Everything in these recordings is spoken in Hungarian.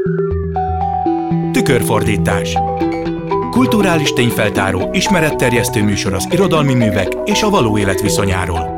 Tükörfordítás. Kulturális tényfeltáró, ismeretterjesztő műsor az irodalmi művek és a való élet viszonyáról.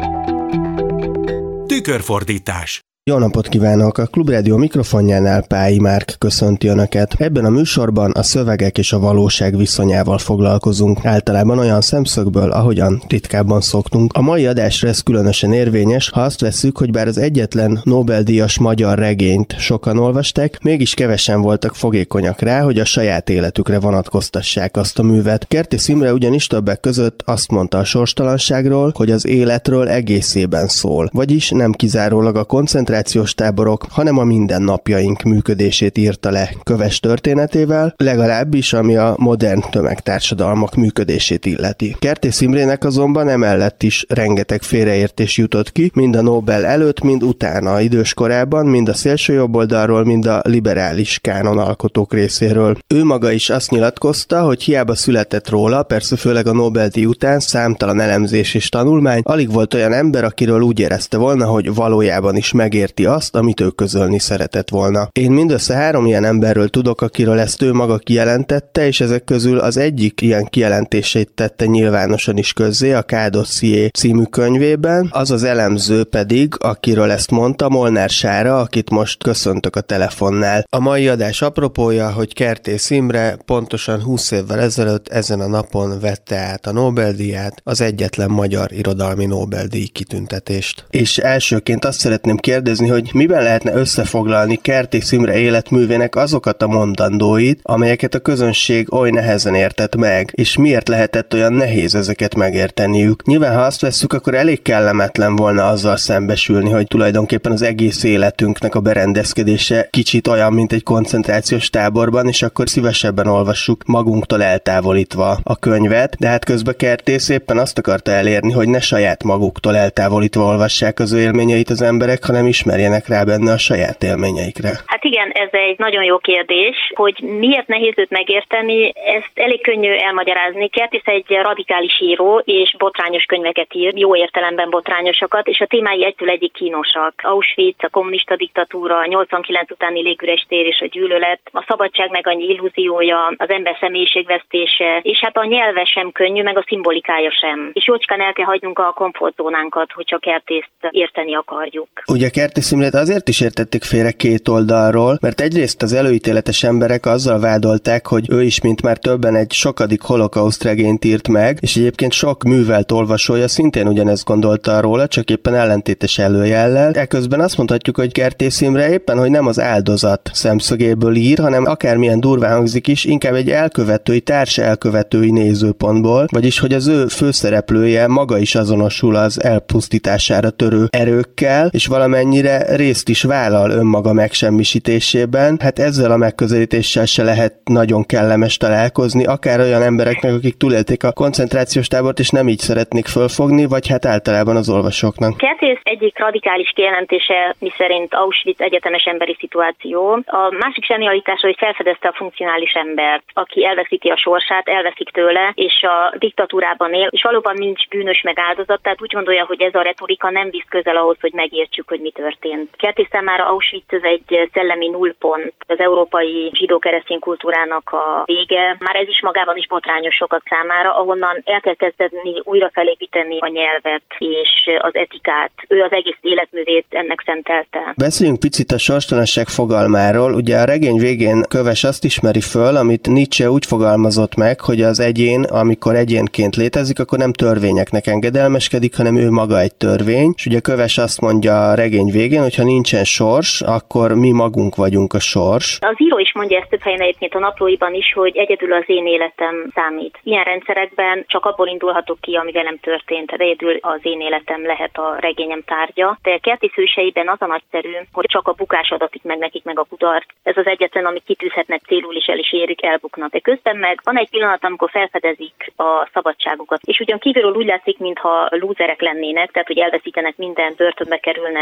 Tükörfordítás. Jó napot kívánok! A Klubrádió mikrofonjánál Pályi Márk köszönti Önöket. Ebben a műsorban a szövegek és a valóság viszonyával foglalkozunk, általában olyan szemszögből, ahogyan ritkábban szoktunk. A mai adásra ez különösen érvényes, ha azt vesszük, hogy bár az egyetlen Nobel-díjas magyar regényt sokan olvasták, mégis kevesen voltak fogékonyak rá, hogy a saját életükre vonatkoztassák azt a művet. Kertész Imre ugyanis többek között azt mondta a sorstalanságról, hogy az életről egészében szól, vagyis nem kizárólag a koncentrációs táborok, hanem a mindennapjaink működését írta le köves történetével, legalábbis ami a modern tömegtársadalmak működését illeti. Kertész Imrének azonban emellett is rengeteg félreértés jutott ki, mind a Nobel előtt, mind utána idős korában, mind a szélsőjobboldalról, mind a liberális kánonalkotók részéről. Ő maga is azt nyilatkozta, hogy hiába született róla, persze főleg a Nobel-díj után számtalan elemzés és tanulmány, alig volt olyan ember, akiről úgy érezte volna, hogy valójában is megérti azt, amit ő közölni szeretett volna. Én mindössze 3 ilyen emberről tudok, akiről ezt ő maga kijelentette, és ezek közül az egyik ilyen kijelentését tette nyilvánosan is közzé a K-dosszié című könyvében, az az elemző pedig, akiről ezt mondta, Molnár Sára, akit most köszöntök a telefonnál. A mai adás apropója, hogy Kertész Imre pontosan 20 évvel ezelőtt ezen a napon vette át a Nobel-díját, az egyetlen magyar irodalmi Nobel-díj kitüntetést. És elsőként azt szeretném kérdezni, hogy miben lehetne összefoglalni Kertész Imre életművének azokat a mondandóit, amelyeket a közönség oly nehezen értett meg, és miért lehetett olyan nehéz ezeket megérteniük. Nyilván, ha azt vesszük, akkor elég kellemetlen volna azzal szembesülni, hogy tulajdonképpen az egész életünknek a berendezkedése kicsit olyan, mint egy koncentrációs táborban, és akkor szívesebben olvassuk magunktól eltávolítva a könyvet, de hát közben Kertész éppen azt akarta elérni, hogy ne saját maguktól eltávolítva olvassák az ő élményeit az emberek, hanem ismerjenek rá benne a saját élményeikre. Hát igen, ez egy nagyon jó kérdés, hogy miért nehéz őt megérteni, ezt elég könnyű elmagyarázni. Kertész egy radikális író, és botrányos könyveket ír, jó értelemben botrányosakat, és a témái egytől egyik kínosak. Auschwitz, a kommunista diktatúra, a 89 utáni légüres tér és a gyűlölet, a szabadság meg annyi illúziója, az ember személyiségvesztése, és hát a nyelve sem könnyű, meg a szimbolikája sem. És jócskán el kell hagynunk a komfortzónánkat, hogyha Kertészt érteni akarjuk. Ugye Kertész Imrét azért is értették félre két oldalról, mert egyrészt az előítéletes emberek azzal vádolták, hogy ő is, mint már többen, egy sokadik holokauszt regényt írt meg, és egyébként sok művelt olvasója szintén ugyanezt gondolta róla, csak éppen ellentétes előjellel. Eközben azt mondhatjuk, hogy Kertész Imre éppen, hogy nem az áldozat szemszögéből ír, hanem akármilyen durván hangzik is, inkább egy elkövetői, társ elkövetői nézőpontból, vagyis hogy az ő főszereplője maga is azonosul az elpusztítására törő erőkkel, és valamennyire részt is vállal önmaga megsemmisítésében. Hát ezzel a megközelítéssel se lehet nagyon kellemes találkozni, akár olyan embereknek, akik túlélték a koncentrációs tábort, és nem így szeretnék fölfogni, vagy hát általában az olvasóknak. Kertész egyik radikális kijelentése, miszerint Auschwitz egyetemes emberi szituáció. A másik zsenialitása, hogy felfedezte a funkcionális embert, aki elveszíti a sorsát, elveszik tőle, és a diktatúrában él, és valóban nincs bűnös meg áldozat, tehát úgy gondolja, hogy ez a retorika nem visz közel ahhoz, hogy megértsük, hogy mi történt. Kertész számára Auschwitz ez egy szellemi nullpont, az európai zsidó-keresztény kultúrának a vége. Már ez is magában is botrányos sokak számára, ahonnan el kell kezdeni újra felépíteni a nyelvet és az etikát. Ő az egész életművét ennek szentelte. Beszéljünk picit a sorstalanság fogalmáról. Ugye a regény végén Köves azt ismeri föl, amit Nietzsche úgy fogalmazott meg, hogy az egyén, amikor egyénként létezik, akkor nem törvényeknek engedelmeskedik, hanem ő maga egy törvény. És ugye Köves azt mondja a regény végén, hogy ha nincsen sors, akkor mi magunk vagyunk a sors. Az író is mondja ezt több helyen egyébként a naplóiban is, hogy egyedül az én életem számít. Ilyen rendszerekben csak abból indulhatok ki, ami velem történt, de egyedül az én életem lehet a regényem tárgya. De Kertész őseiben az a nagyszerű, hogy csak a bukás adatik meg nekik, meg a kudarc. Ez az egyetlen, amit kitűzhetnek célul, és el is érik, elbuknak. De közben meg van egy pillanat, amikor felfedezik a szabadságukat. És ugyan kívülről úgy látszik, mintha lúzerek lennének, tehát hogy elveszítenek mindent, börtönbe kerülnek, de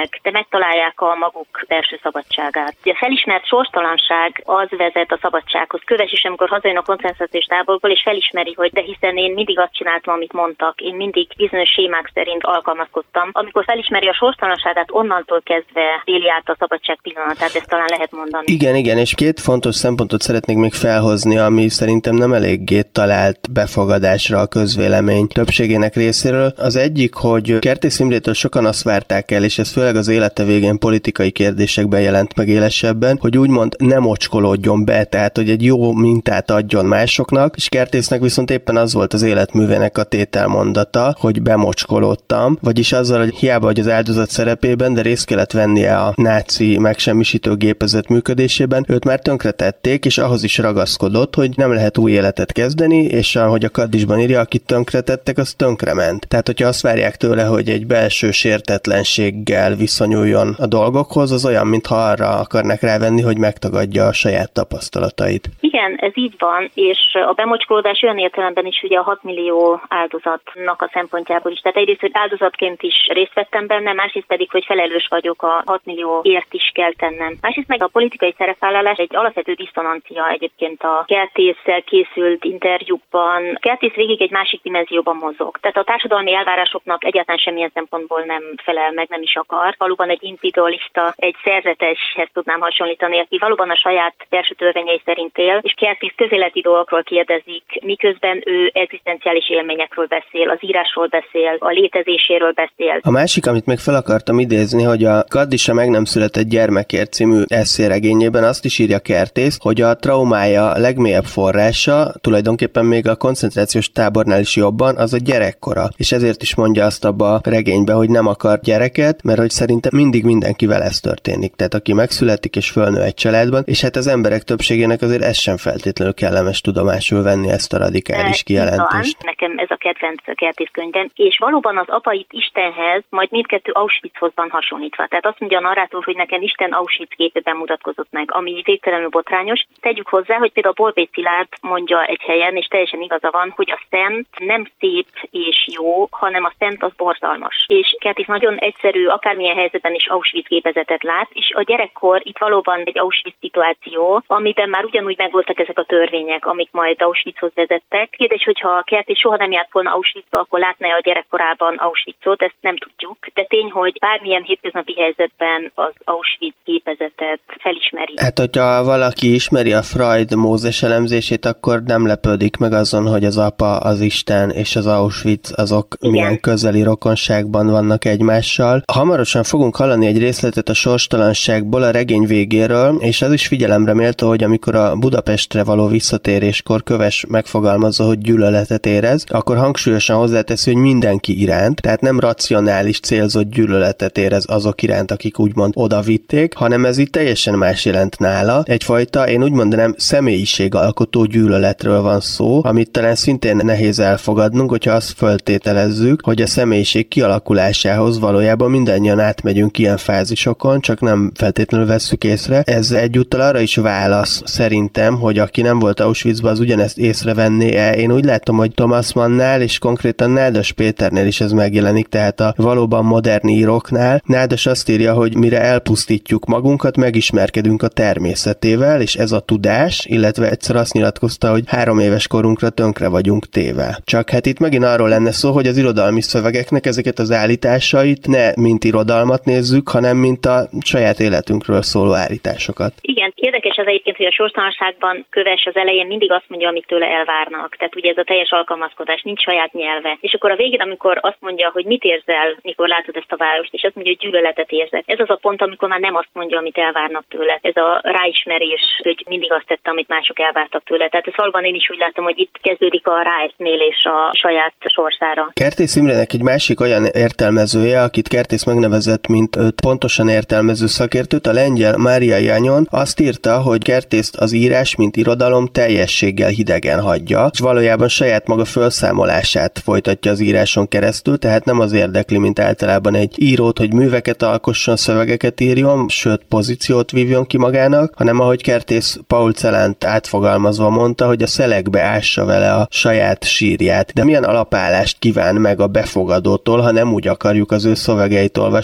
megtalálják a maguk belső szabadságát. Ugye a felismert sorstalanság az vezet a szabadsághoz. Köves is, amikor hazajön a koncentrációs táborból, és felismeri, hogy de hiszen én mindig azt csináltam, amit mondtak, én mindig bizonyos sémák szerint alkalmazkodtam. Amikor felismeri a sorstalanságát, onnantól kezdve éli át a szabadság pillanatát, ezt talán lehet mondani. Igen, és két fontos szempontot szeretnék még felhozni, ami szerintem nem eléggé talált befogadásra a közvélemény többségének részéről. Az egyik, hogy Kertész Imrétől sokan azt várták el, és ez főleg az élete végén politikai kérdésekben jelent meg élesebben, hogy úgymond nem ocskolódjon be, tehát hogy egy jó mintát adjon másoknak, és Kertésznek viszont éppen az volt az életművének a tételmondata, hogy bemocskolódtam, vagyis azzal, hogy hiába hogy az áldozat szerepében, de részt kellett vennie a náci megsemmisítő gépezet működésében, őt már tönkretették, és ahhoz is ragaszkodott, hogy nem lehet új életet kezdeni, és ahogy a Kaddisban írja, akit tönkretettek, az tönkrement. Tehát, hogyha azt várják tőle, hogy egy belső sértetlenséggel viszonyuljon a dolgokhoz, az olyan, mintha arra akarnak rávenni, hogy megtagadja a saját tapasztalatait. Igen, ez így van, és a bemocskolódás olyan értelemben is ugye a 6 millió áldozatnak a szempontjából is. Tehát egyrészt, hogy áldozatként is részt vettem benne, másrészt pedig, hogy felelős vagyok a 6 millióért is kell tennem. Másrészt meg a politikai szerepvállalás egy alapvető diszonancia egyébként a Kertésszel készült interjúkban. Kertész végig egy másik dimenzióban mozog. Tehát a társadalmi elvárásoknak egyáltalán semmilyen szempontból nem felel meg, nem is akar. Valóban egy individualista, egy szerzeteshez tudnám hasonlítani, aki valóban a saját belső törvényei szerint él, és Kertész közéleti dolgokról kérdezik, miközben ő egzisztenciális élményekről beszél, az írásról beszél, a létezéséről beszél. A másik, amit még fel akartam idézni, hogy a Kaddisa meg nem született gyermekért című esszéregényében azt is írja Kertész, hogy a traumája legmélyebb forrása, tulajdonképpen még a koncentrációs tábornál is jobban, az a gyerekkora. És ezért is mondja azt abba a regénybe, hogy nem akar gyereket, mert hogy szerintem mindig mindenkivel ez történik. Tehát aki megszületik és fölnő egy családban, és hát az emberek többségének azért ez sem feltétlenül kellemes tudomásul venni, ezt a radikális kijelentést. Nekem ez a kedvenc Kertész könyvem, és valóban az apa itt Istenhez, majd mindkettő Auschwitzhoz van hasonlítva. Tehát azt mondja a narrátor, hogy nekem Isten Auschwitz képében mutatkozott meg, ami végtelenül botrányos. Tegyük hozzá, hogy például Borbély Szilárd mondja egy helyen, és teljesen igaza van, hogy a szent nem szép és jó, hanem a szent az borzalmas. És Kertész nagyon egyszerű, akármilyen helyzetben is Auschwitz gépezetet lát, és a gyerekkor itt valóban egy Auschwitz szituáció, amiben már ugyanúgy megvoltak ezek a törvények, amik majd Auschwitzhoz vezettek. Kérdés, hogyha Kertész soha nem járt volna Auschwitzba, akkor látná a gyerekkorában Auschwitzot, ezt nem tudjuk. De tény, hogy bármilyen hétköznapi helyzetben az Auschwitz gépezetet felismeri. Hát, hogyha valaki ismeri a Freud Mózes elemzését, akkor nem lepődik meg azon, hogy az apa, az Isten és az Auschwitz azok milyen közeli rokonságban vannak egymással. Hamarosan fogunk hallani egy részletet a sorstalanságból, a regény végéről, és az is figyelemre méltó, hogy amikor a Budapestre való visszatéréskor Köves megfogalmazza, hogy gyűlöletet érez, akkor hangsúlyosan hozzáteszi, hogy mindenki iránt, tehát nem racionális, célzott gyűlöletet érez azok iránt, akik úgymond oda vitték, hanem ez itt teljesen más jelent nála. Egyfajta, én úgy mondanám, személyiségalkotó gyűlöletről van szó, amit talán szintén nehéz elfogadnunk, hogyha azt föltételezzük, hogy a személyiség kialakulásához valójában mindannyian átmegyünk ilyen fázisokon, csak nem feltétlenül vesszük észre. Ez egyúttal arra is válasz szerintem, hogy aki nem volt Auschwitzban, az ugyanezt észrevenné-e. Én úgy látom, hogy Thomas Mannnál és konkrétan Nádas Péternél is ez megjelenik, tehát a valóban modern íróknál. Nádas azt írja, hogy mire elpusztítjuk magunkat, megismerkedünk a természetével, és ez a tudás, illetve egyszer azt nyilatkozta, hogy 3 éves korunkra tönkre vagyunk téve. Csak hát itt megint arról lenne szó, hogy az irodalmi szövegeknek ezeket az állításait ne mint irodalmat nézzük, hanem mint a saját életünkről szóló állításokat. Igen, érdekes az egyébként, hogy a sorstalanságban Köves az elején mindig azt mondja, amit tőle elvárnak. Tehát ugye ez a teljes alkalmazkodás, nincs saját nyelve. És akkor a végén, amikor azt mondja, hogy mit érzel, mikor látod ezt a várost, és azt mondja, hogy gyűlöletet érzek. Ez az a pont, amikor már nem azt mondja, amit elvárnak tőle. Ez a ráismerés, hogy mindig azt tette, amit mások elvártak tőle. Tehát ez valóban én is úgy látom, hogy itt kezdődik a ráeszmélés a saját sorsára. Kertész Imrének egy másik olyan értelmezője, akit Kertész megnevezett, mint őt pontosan értelmező szakértőt, a lengyel Mária Janyon azt írta, hogy Kertészt az írás, mint irodalom teljességgel hidegen hagyja, és valójában saját maga felszámolását folytatja az íráson keresztül, tehát nem az érdekli, mint általában egy írót, hogy műveket alkosson, szövegeket írjon, sőt pozíciót vívjon ki magának, hanem ahogy Kertész Paul Celant átfogalmazva mondta, hogy a szelekbe ássa vele a saját sírját. De milyen alapállást kíván meg a befogadótól, ha nem úgy akarjuk az ő szövegeit olvasni, ahogy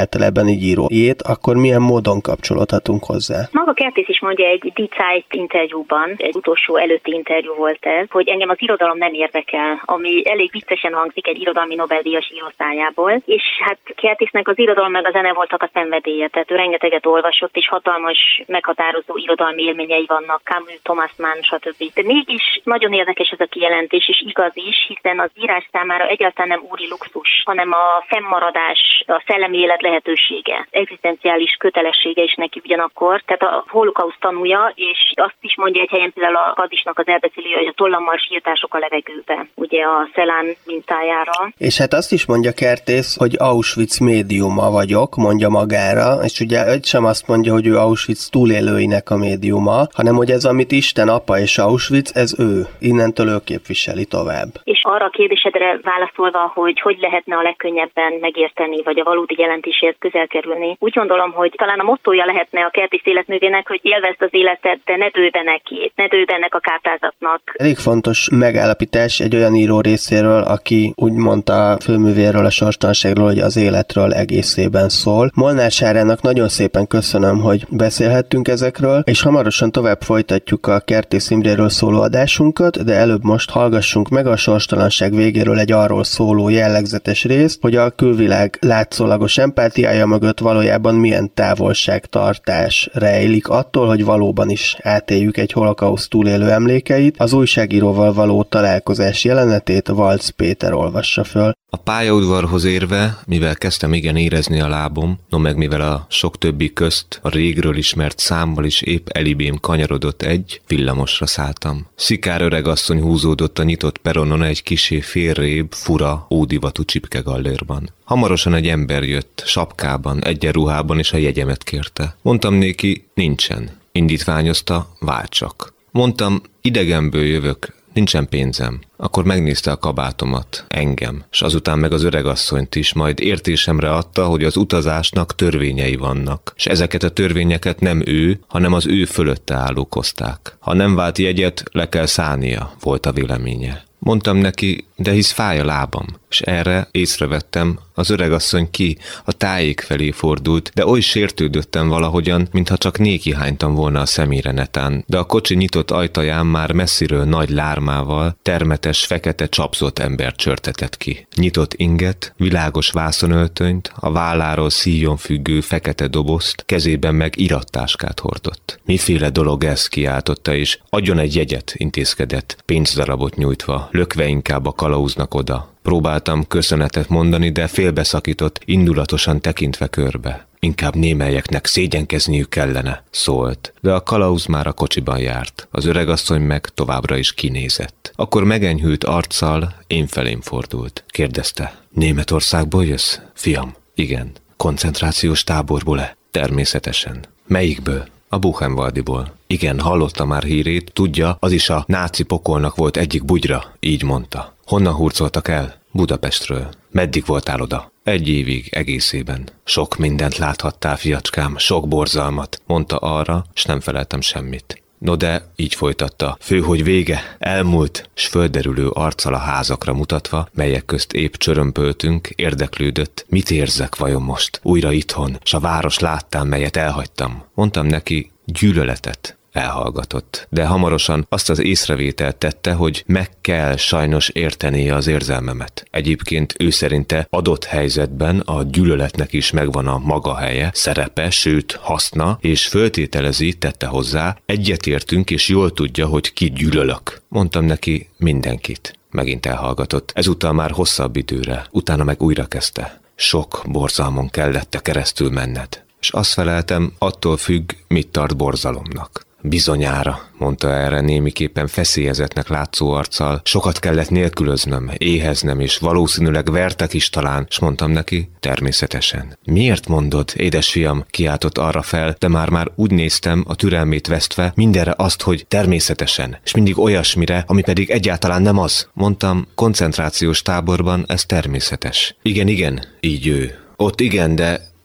általában így írójét, akkor milyen módon kapcsolódhatunk hozzá? Maga Kertész is mondja egy Die Zeit interjúban, egy utolsó előtti interjú volt ez, hogy engem az irodalom nem érdekel, ami elég viccesen hangzik egy irodalmi Nobel-díjas író szájából, és hát Kertésznek az irodalom meg a zene voltak a szenvedélye, tehát ő rengeteget olvasott, és hatalmas, meghatározó irodalmi élményei vannak, Camus, Thomas Mann, stb. De mégis nagyon érdekes ez a kijelentés, és igaz is, hiszen az írás számára egyáltalán nem úri luxus, hanem a fennmaradás, a szellemi élet lehetősége, egzisztenciális kötelessége is neki ugyanakkor, tehát a holokauszt tanúja, és azt is mondja egy helyen például a Kadisnak az elbeszélője, hogy a tollammal sírtások a levegőbe, ugye a Szelán mintájára. És hát azt is mondja Kertész, hogy Auschwitz médiuma vagyok, mondja magára, és ugye ő sem azt mondja, hogy ő Auschwitz túlélőinek a médiuma, hanem hogy ez, amit Isten apa és Auschwitz, ez ő. Innentől ő képviseli tovább. És arra a kérdésedre válaszolva, hogy lehetne a legkönnyebben megérteni, vagy a valódi jelentésért közel kerülni. Úgy gondolom, hogy talán a mottója lehetne a Kertész életművének, hogy élvezd az életet, de ne dőlj be neki, ne dőlj be ennek a káprázatnak. Elég fontos megállapítás egy olyan író részéről, aki úgy mondta a főművéről, a sorstalanságról, hogy az életről egészében szól. Molnár Sárának nagyon szépen köszönöm, hogy beszélhettünk ezekről, és hamarosan tovább folytatjuk a Kertész Imréről szóló adásunkat, de előbb most hallgassunk meg a sorstalanság végéről egy arról szóló jellegzetes részt, hogy a külvilág látszólagos empátiája mögött valójában milyen távolságtartás rejlik attól, hogy valóban is átéljük egy holokauszt túlélő emlékeit. Az újságíróval való találkozás jelenetét Valc Péter olvassa föl. A pályaudvarhoz érve, mivel kezdtem igen érezni a lábom, no meg mivel a sok többi közt a régről ismert számmal is épp elibém kanyarodott egy, villamosra szálltam. Szikár öregasszony húzódott a nyitott peronon egy kisé félrébb, fura, ódivatú csipkegallérban. Hamarosan egy ember jött, sapkában, egyenruhában, és a jegyemet kérte. Mondtam néki, nincsen. Indítványozta, váltsak. Mondtam, idegenből jövök, nincsen pénzem. Akkor megnézte a kabátomat, engem, s azután meg az öregasszonyt is, majd értésemre adta, hogy az utazásnak törvényei vannak, s ezeket a törvényeket nem ő, hanem az ő fölötte állók hozták. Ha nem vált jegyet, le kell szállnia, volt a véleménye. Mondtam neki, de hisz fáj a lábam, s erre észrevettem, az öregasszony ki, a tájék felé fordult, de oly sértődöttem valahogyan, mintha csak néki hánytam volna a szemére netán, de a kocsi nyitott ajtaján már messziről nagy lármával, termetes, fekete csapzott ember csörtetett ki. Nyitott inget, világos vászonöltönyt, a válláról szíjon függő fekete dobozt, kezében meg irattáskát hordott. Miféle dolog ez, kiáltotta, és adjon egy jegyet, intézkedett, pénzdarabot nyújtva, lökve inkább a kalauznak oda. Próbáltam köszönetet mondani, de félbeszakított, indulatosan tekintve körbe. Inkább némelyeknek szégyenkezniük kellene, szólt, de a kalauz már a kocsiban járt. Az öregasszony meg továbbra is kinézett. Akkor megenyhült arccal én felém fordult. Kérdezte, Németországból jössz, fiam? Igen. Koncentrációs táborból-e? Természetesen. Melyikből? A Buchenwaldiból. Igen, hallotta már hírét, tudja, az is a náci pokolnak volt egyik bugyra, így mondta. Honnan hurcoltak el? Budapestről. Meddig voltál oda? 1 évig, egészében. Sok mindent láthattál, fiacskám, sok borzalmat, mondta arra, s nem feleltem semmit. No de, így folytatta, fő, hogy vége, elmúlt, s földerülő arccal a házakra mutatva, melyek közt épp csörömpöltünk, érdeklődött, mit érzek vajon most, újra itthon, s a város láttám, melyet elhagytam. Mondtam neki, gyűlöletet. Elhallgatott, de hamarosan azt az észrevételt tette, hogy meg kell sajnos értenie az érzelmemet. Egyébként ő szerinte adott helyzetben a gyűlöletnek is megvan a maga helye, szerepe, sőt haszna, és föltételezi, tette hozzá, egyetértünk és jól tudja, hogy ki gyűlölök. Mondtam neki, mindenkit. Megint elhallgatott, ezúttal már hosszabb időre, utána meg újra kezdte. Sok borzalmon kellett keresztül menned. És azt feleltem, attól függ, mit tart borzalomnak. Bizonyára, mondta erre némiképpen feszélyezetnek látszó arccal, sokat kellett nélkülöznöm, éheznem, és valószínűleg vertek is talán, s mondtam neki, természetesen. Miért mondod, édesfiam, kiáltott arra fel, de már úgy néztem, a türelmét vesztve, mindenre azt, hogy természetesen, és mindig olyasmire, ami pedig egyáltalán nem az. Mondtam, koncentrációs táborban ez természetes. Igen, így ő. Ott igen, de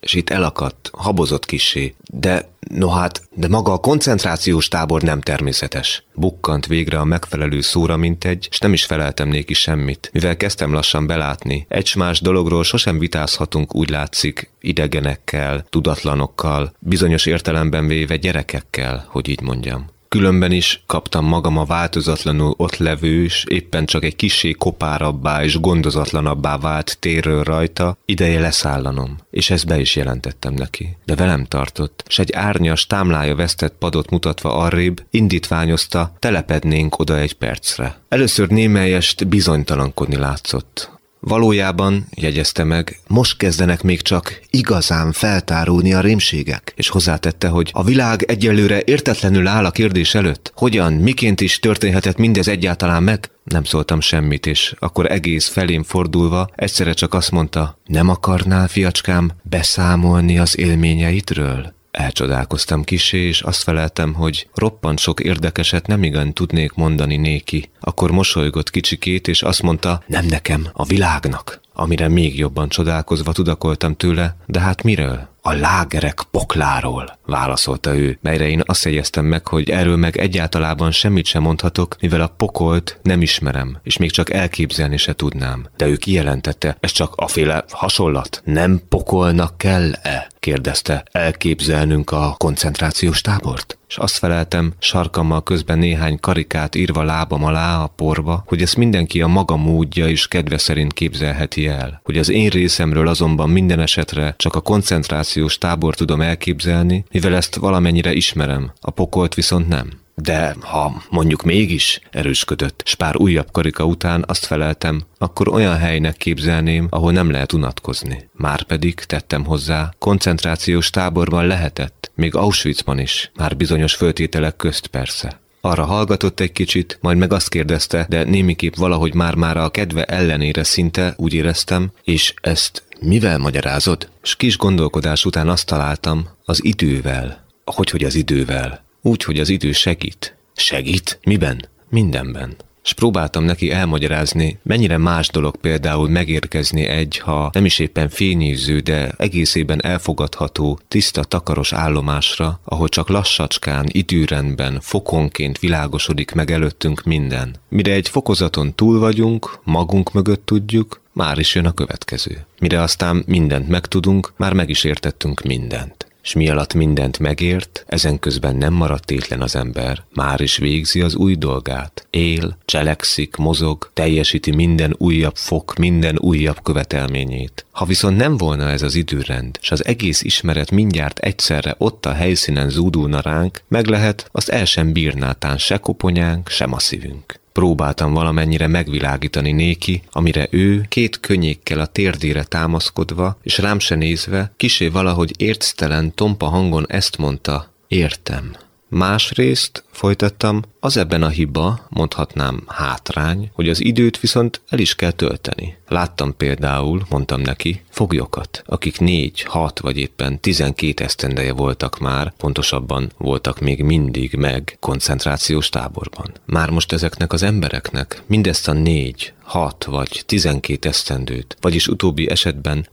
és itt elakadt, habozott kissé, de maga a koncentrációs tábor nem természetes. Bukkant végre a megfelelő szóra mintegy, s nem is feleltem néki semmit, mivel kezdtem lassan belátni. Egy-más dologról sosem vitázhatunk, úgy látszik, idegenekkel, tudatlanokkal, bizonyos értelemben véve gyerekekkel, hogy így mondjam. Különben is kaptam magam a változatlanul ott levő, és éppen csak egy kissé kopárabbá és gondozatlanabbá vált térről rajta, ideje leszállanom, és ezt be is jelentettem neki. De velem tartott, s egy árnyas, támlája vesztett padot mutatva arrébb, indítványozta, telepednénk oda egy percre. Először némelyest bizonytalankodni látszott. Valójában, jegyezte meg, most kezdenek még csak igazán feltárulni a rémségek, és hozzátette, hogy a világ egyelőre értetlenül áll a kérdés előtt. Hogyan, miként is történhetett mindez egyáltalán meg? Nem szóltam semmit, és akkor egész felém fordulva egyszerre csak azt mondta, nem akarnál, fiacskám, beszámolni az élményeidről? Elcsodálkoztam kissé, és azt feleltem, hogy roppant sok érdekeset nem igen tudnék mondani néki. Akkor mosolygott kicsikét, és azt mondta, nem nekem, a világnak. Amire még jobban csodálkozva tudakoltam tőle, de hát miről? A lágerek pokláról, válaszolta ő, melyre én azt jegyeztem meg, hogy erről meg egyáltalában semmit sem mondhatok, mivel a pokolt nem ismerem, és még csak elképzelni se tudnám. De ő kijelentette, ez csak aféle hasonlat. Nem pokolnak kell-e? Kérdezte, elképzelnünk a koncentrációs tábort? És azt feleltem, sarkammal közben néhány karikát írva lábam alá a porba, hogy ezt mindenki a maga módja és kedve szerint képzelheti el. Hogy az én részemről azonban minden esetre csak a koncentrációs tábor tudom elképzelni, mivel ezt valamennyire ismerem, a pokolt viszont nem. De ha mondjuk mégis, erősködött, s pár újabb karika után azt feleltem, akkor olyan helynek képzelném, ahol nem lehet unatkozni. Márpedig, tettem hozzá, koncentrációs táborban lehetett, még Auschwitzban is, már bizonyos föltételek közt persze. Arra hallgatott egy kicsit, majd meg azt kérdezte, de némiképp valahogy már a kedve ellenére szinte, úgy éreztem, és ezt mivel magyarázod? S kis gondolkodás után azt találtam, az idővel. Hogy az idővel? Úgy, hogy az idő segít. Segít? Miben? Mindenben. S próbáltam neki elmagyarázni, mennyire más dolog például megérkezni egy, ha nem is éppen fényűző, de egészében elfogadható, tiszta takaros állomásra, ahol csak lassacskán, időrendben, fokonként világosodik meg előttünk minden. Mire egy fokozaton túl vagyunk, magunk mögött tudjuk, már is jön a következő. Mire aztán mindent megtudunk, már meg is értettünk mindent. S mi alatt mindent megért, ezen közben nem maradt tétlen az ember, már is végzi az új dolgát. Él, cselekszik, mozog, teljesíti minden újabb fok, minden újabb követelményét. Ha viszont nem volna ez az időrend, s az egész ismeret mindjárt egyszerre ott a helyszínen zúdulna ránk, meg lehet, azt el sem bírná tán se koponyánk, sem a szívünk. Próbáltam valamennyire megvilágítani néki, amire ő két könnyékkel a térdére támaszkodva, és rám se nézve, kissé valahogy érctelen, tompa hangon ezt mondta, értem. Másrészt, folytattam, az ebben a hiba, mondhatnám hátrány, hogy az időt viszont el is kell tölteni. Láttam például, mondtam neki, foglyokat, akik 4, 6 vagy éppen 12 esztendeje voltak már, pontosabban voltak még mindig meg koncentrációs táborban. Már most ezeknek az embereknek mindezt a 4, 6 vagy 12 esztendőt, vagyis utóbbi esetben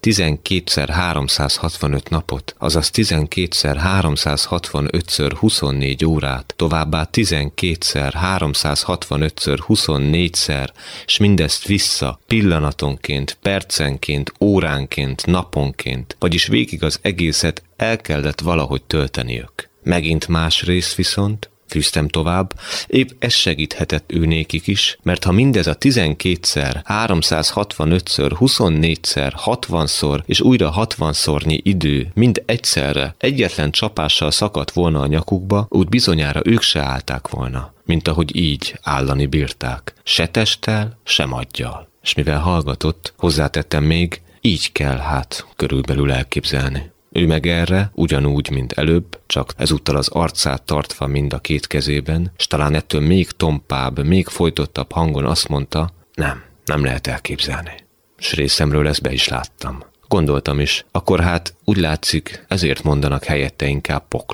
12x365 napot, azaz 12x365x24 órát, továbbá 12x365x24-szer, s mindezt vissza, pillanatonként, percenként, óránként, naponként, vagyis végig az egészet el kellett valahogy tölteniük. Megint más rész viszont, fűztem tovább, épp ez segíthetett ő nékik is, mert ha mindez a 12x365x24-szer, 60-szor és újra 60-szornyi idő mind egyszerre, egyetlen csapással szakadt volna a nyakukba, úgy bizonyára ők se állták volna, mint ahogy így állani bírták, se testtel, sem aggyal. És mivel hallgatott, hozzátettem még, így kell hát körülbelül elképzelni. Ő meg erre, ugyanúgy, mint előbb, csak ezúttal az arcát tartva mind a két kezében, s talán ettől még tompább, még folytottabb hangon azt mondta, nem lehet elképzelni. S részemről ezt be is láttam. Gondoltam is, akkor hát úgy látszik, ezért mondanak helyette inkább poklot.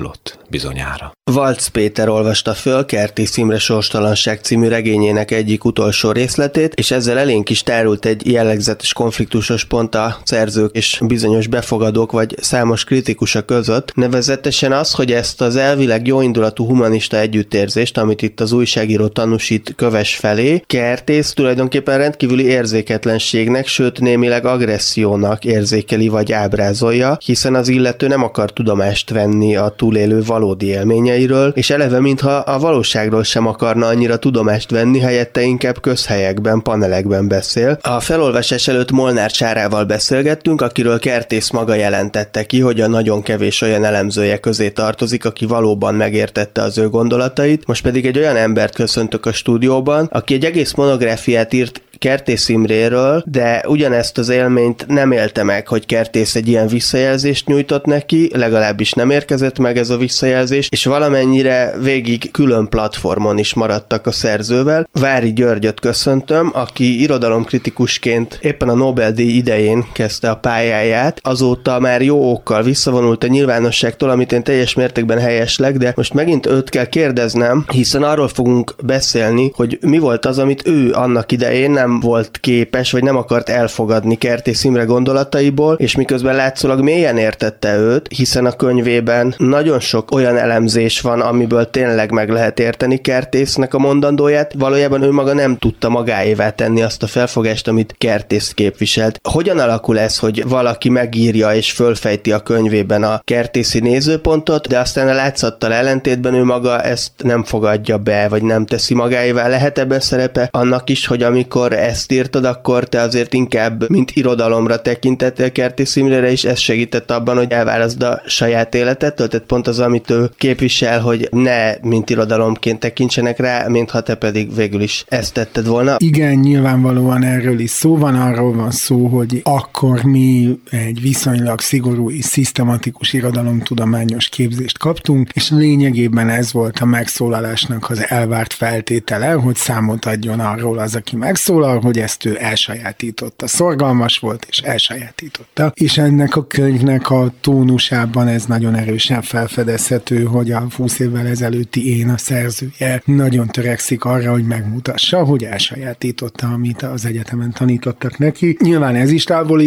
bizonyára. Valc Péter olvasta föl Kertész Imre Sorstalanság című regényének egyik utolsó részletét, és ezzel elénk is tárult egy jellegzetes konfliktusos pont a szerzők és bizonyos befogadók vagy számos kritikusa között, nevezetesen az, hogy ezt az elvileg jóindulatú humanista együttérzést, amit itt az újságíró tanúsít Köves felé, Kertész tulajdonképpen rendkívüli érzéketlenségnek, sőt némileg agressziónak érzékeli vagy ábrázolja, hiszen az illető nem akar tudomást venni a túlélő valódi élményeiről, és eleve mintha a valóságról sem akarna annyira tudomást venni, helyette inkább közhelyekben, panelekben beszél. A felolvasás előtt Molnár Csárával beszélgettünk, akiről Kertész maga jelentette ki, hogy a nagyon kevés olyan elemzője közé tartozik, aki valóban megértette az ő gondolatait. Most pedig egy olyan embert köszöntök a stúdióban, aki egy egész monográfiát írt Kertész Imréről, de ugyanezt az élményt nem élte meg, hogy Kertész egy ilyen visszajelzést nyújtott neki, legalábbis nem érkezett meg ez a visszajelzés, és valamennyire végig külön platformon is maradtak a szerzővel. Vári Györgyöt köszöntöm, aki irodalomkritikusként éppen a Nobel-díj idején kezdte a pályáját, azóta már jó okkal visszavonult a nyilvánosságtól, amit én teljes mértékben helyeslek, de most megint őt kell kérdeznem, hiszen arról fogunk beszélni, hogy mi volt az, amit ő annak idején nem volt képes, vagy nem akart elfogadni Kertész Imre gondolataiból, és miközben látszólag mélyen értette őt, hiszen a könyvében nagyon sok olyan elemzés van, amiből tényleg meg lehet érteni Kertésznek a mondandóját, valójában ő maga nem tudta magáévá tenni azt a felfogást, amit Kertész képviselt. Hogyan alakul ez, hogy valaki megírja és fölfejti a könyvében a kertészi nézőpontot, de aztán a látszattal ellentétben ő maga ezt nem fogadja be, vagy nem teszi magáévá? Lehet ebben szerepe annak is, hogy amikor ezt írtad, akkor te azért inkább mint irodalomra tekintettél Kertész Imrére, és ez segített abban, hogy elválaszd a saját életettől, tehát pont az, amit ő képvisel, hogy ne mint irodalomként tekintsenek rá, mintha te pedig végül is ezt tetted volna. Igen, nyilvánvalóan erről is szó van, arról van szó, hogy akkor mi egy viszonylag szigorú és szisztematikus irodalomtudományos képzést kaptunk, és lényegében ez volt a megszólalásnak az elvárt feltétele, hogy számot adjon arról az, aki megszólal, hogy ezt ő elsajátította. Szorgalmas volt, és elsajátította. És ennek a könyvnek a tónusában ez nagyon erősen felfedezhető, hogy a 20 évvel ezelőtti én, a szerzője, nagyon törekszik arra, hogy megmutassa, hogy elsajátította, amit az egyetemen tanítottak neki. Nyilván ez is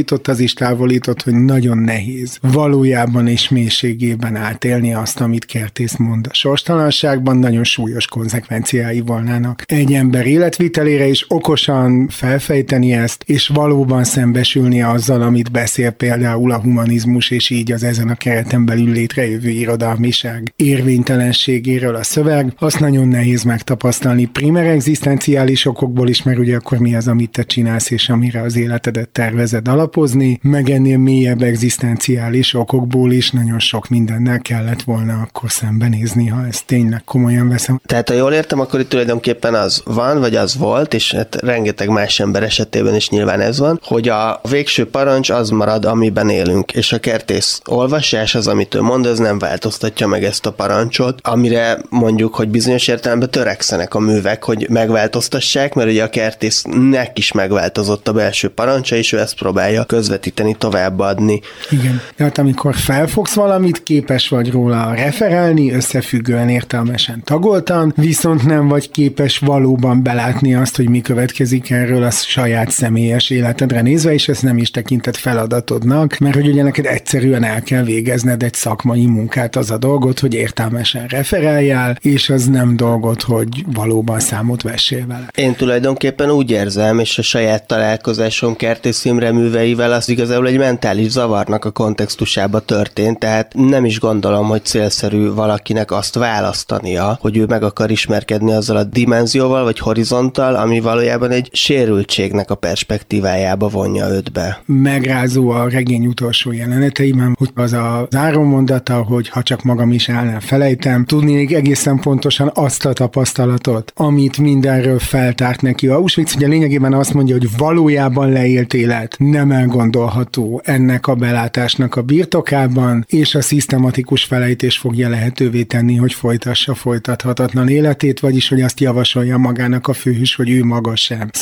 távolított, hogy nagyon nehéz valójában és mélységében átélni azt, amit Kertész mond a sorstalanságban, nagyon súlyos konzekvenciái volnának egy ember életvitelére, és okosan felfejteni ezt, és valóban szembesülni azzal, amit beszél például a humanizmus, és így az ezen a kereten belül létrejövő irodalmiság érvénytelenségéről a szöveg. Azt nagyon nehéz megtapasztalni primer egzisztenciális okokból is, mert ugye akkor mi az, amit te csinálsz, és amire az életedet tervezed alapozni, meg ennél mélyebb egzisztenciális okokból is nagyon sok mindennel kellett volna akkor szembenézni, ha ezt tényleg komolyan veszem. Tehát ha jól értem, akkor itt tulajdonképpen az van, vagy az volt, és hát rengeteg más ember esetében is nyilván ez van, hogy a végső parancs az marad, amiben élünk, és a Kertész olvasás, az, amit ő mond, az nem változtatja meg ezt a parancsot, amire mondjuk, hogy bizonyos értelemben törekszenek a művek, hogy megváltoztassák, mert ugye a Kertésznek is megváltozott a belső parancsa, és ő ezt próbálja közvetíteni, továbbadni. Igen, tehát amikor felfogsz valamit, képes vagy róla referálni, összefüggően, értelmesen tagoltan, viszont nem vagy képes valóban belátni azt, hogy mi következik erről a saját személyes életedre nézve, és ezt nem is tekintett feladatodnak, mert hogy ugye neked egyszerűen el kell végezned egy szakmai munkát, az a dolgot, hogy értelmesen referáljál, és az nem dolgot, hogy valóban számot vessél vele. Én tulajdonképpen úgy érzem, és a saját találkozásom Kertész Imre műveivel az igazából egy mentális zavarnak a kontextusába történt, tehát nem is gondolom, hogy célszerű valakinek azt választania, hogy ő meg akar ismerkedni azzal a dimenzióval vagy horizonttal, ami valójában egy sérültségnek a perspektívájába vonja őt be. Megrázó a regény utolsó jeleneteiben, hogy az a zárómondata, hogy ha csak magam is el nem felejtem, tudnék egészen pontosan azt a tapasztalatot, amit mindenről feltárt neki Auschwitz, ugye lényegében azt mondja, hogy valójában leélt élet nem elgondolható ennek a belátásnak a birtokában, és a szisztematikus felejtés fogja lehetővé tenni, hogy folytassa folytathatatlan életét, vagyis hogy azt javasolja magának a főhős, hogy ő maga sem